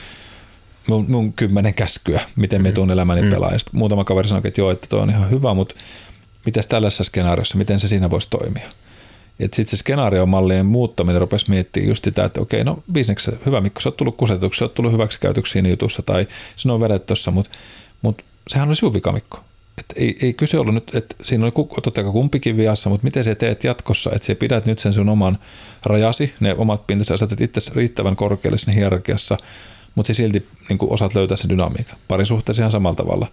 mun 10 käskyä, miten me tuun elämäni pelaa. Ja muutama kaveri sanoi, että joo, että toi on ihan hyvä, mutta mitäs tällaisessa skenaariossa, miten se siinä voisi toimia? Sitten se skenaariomallien muuttaminen rupesi miettimään just sitä, että okei, no bisneksessä hyvä Mikko, sä oot tullut kusetuksi, sä oot tullut hyväksi käytöksi siinä jutussa tai sinun on vedetty tuossa, mutta sehän oli sinun vika, Mikko. Ei kyse ollut nyt, että siinä oli totta kai kumpikin viassa, mutta miten sä teet jatkossa, että sä pidät nyt sen sun oman rajasi, ne omat pintasi asetat itse riittävän korkealle siinä hierarkiassa, mutta se silti niin osaat löytää sen dynamiikan. Parisuhteessa ihan samalla tavalla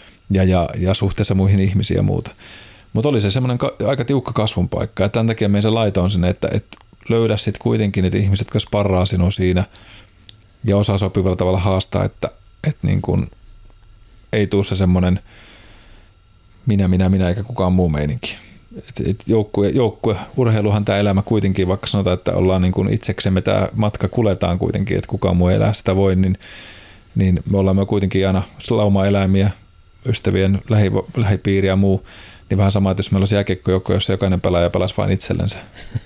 ja suhteessa muihin ihmisiin ja muuta. Mutta oli se semmoinen aika tiukka kasvun paikka ja tämän takia meidän se laito on sinne, että löydä sitten kuitenkin niitä ihmiset, jotka sparraa sinua siinä ja osaa sopivalla tavalla haastaa, että niin kuin ei tule se semmoinen minä eikä kukaan muu meininki. Joukkue, urheiluhan tämä elämä kuitenkin, vaikka sanotaan, että ollaan niin kuin itseksemme tämä matka kuljetaan kuitenkin, että kukaan muu ei elää sitä voi, niin me ollaan kuitenkin aina lauma-eläimiä, ystävien lähipiiriä ja muu, niin vähän sama, että jos meillä olisi jääkiekkojoukko, jossa jokainen pelaaja pelaisi vain itsellensä,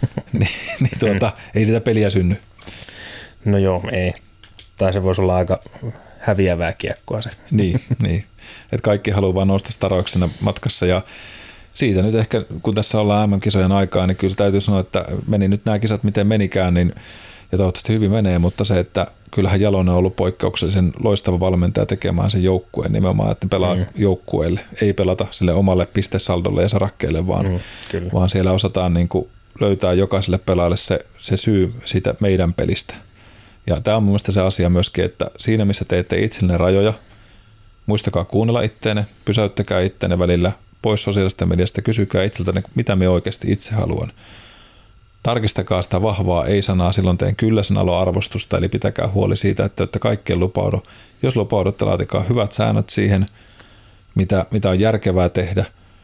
ei sitä peliä synny. No joo, ei. Tai se voisi olla aika häviävää kiekkoa se. Niin. Että kaikki haluaa vaan nousta staroiksena matkassa ja siitä nyt ehkä, kun tässä ollaan MM-kisojen aikaa, niin kyllä täytyy sanoa, että meni nyt nämä kisat miten menikään, niin, ja toivottavasti hyvin menee, mutta se, että kyllähän Jalonen on ollut poikkeuksellisen loistava valmentaja tekemään sen joukkueen nimenomaan, että pelaa joukkueelle, ei pelata sille omalle pistesaldolle ja sarakkeelle, vaan siellä osataan niin kuin löytää jokaiselle pelaajalle se syy siitä meidän pelistä. Ja tämä on mun mielestä se asia myöskin, että siinä missä teette itsellenne rajoja, muistakaa kuunnella itteenne, pysäyttäkää itteenne välillä pois sosiaalista mediasta, kysykää itseltänne, mitä me oikeasti itse haluan. Tarkistakaa sitä vahvaa ei-sanaa, silloin teen kyllä-sanalla arvostusta, eli pitäkää huoli siitä, että kaikkeen lupaudu. Jos lupaudutte, laatikaa hyvät säännöt siihen, mitä on järkevää tehdä.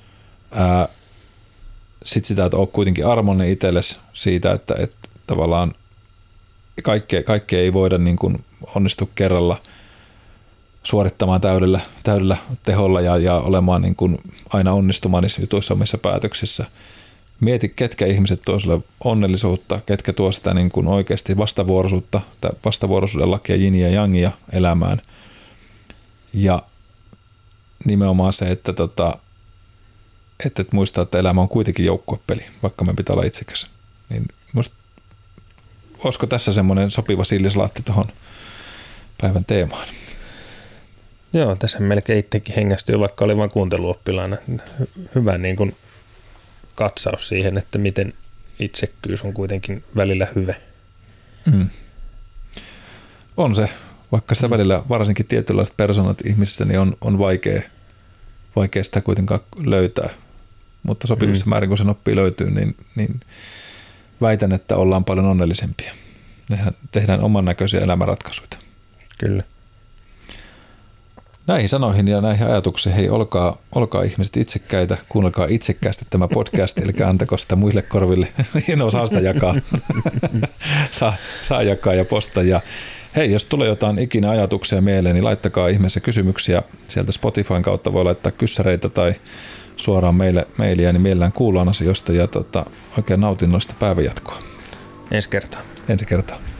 Sitten sitä, että olet kuitenkin armollinen itsellesi siitä, että tavallaan kaikkea ei voida niin kuin onnistua kerralla suorittamaan täydellä teholla ja olemaan niin kuin aina onnistumaan niissä jutuissa omissa päätöksissä. Mieti, ketkä ihmiset tuo sulle onnellisuutta, ketkä tuo sitä niin kuin oikeasti vastavuoroisuutta, vastavuoroisuuden lakia, jiniä ja jangia elämään. Ja nimenomaan se, että muistaa, että elämä on kuitenkin joukkuepeli, vaikka me pitää olla itsekäs. Niin musta, olisiko tässä semmoinen sopiva sillislaatti tuohon päivän teemaan? Joo, tässä melkein itsekin hengästyy, vaikka oli vain kuunteluoppilaana. Hyvä niin kuin katsaus siihen, että miten itsekkyys on kuitenkin välillä hyvä. On se, vaikka sitä välillä varsinkin tietynlaiset persoonat ihmisissä niin on vaikea sitä kuitenkaan löytää. Mutta sopivissa määrin, kun sen oppii löytyy, niin väitän, että ollaan paljon onnellisempia. Tehdään oman näköisiä elämänratkaisuja. Kyllä. Näihin sanoihin ja näihin ajatuksiin, hei, olkaa ihmiset itsekkäitä, kuunnelkaa itsekkäästi tämä podcast, eli antako sitä muille korville. No, saa sitä jakaa. saa jakaa ja postaa. Ja hei, jos tulee jotain ikinä ajatuksia mieleen, niin laittakaa ihmeessä kysymyksiä. Sieltä Spotifyn kautta voi laittaa kyssäreitä tai suoraan meille mailia, niin mielellään kuullaan asioista ja oikein nautinnollista päivänjatkoa. Ensi kertaa. Ensi kertaa.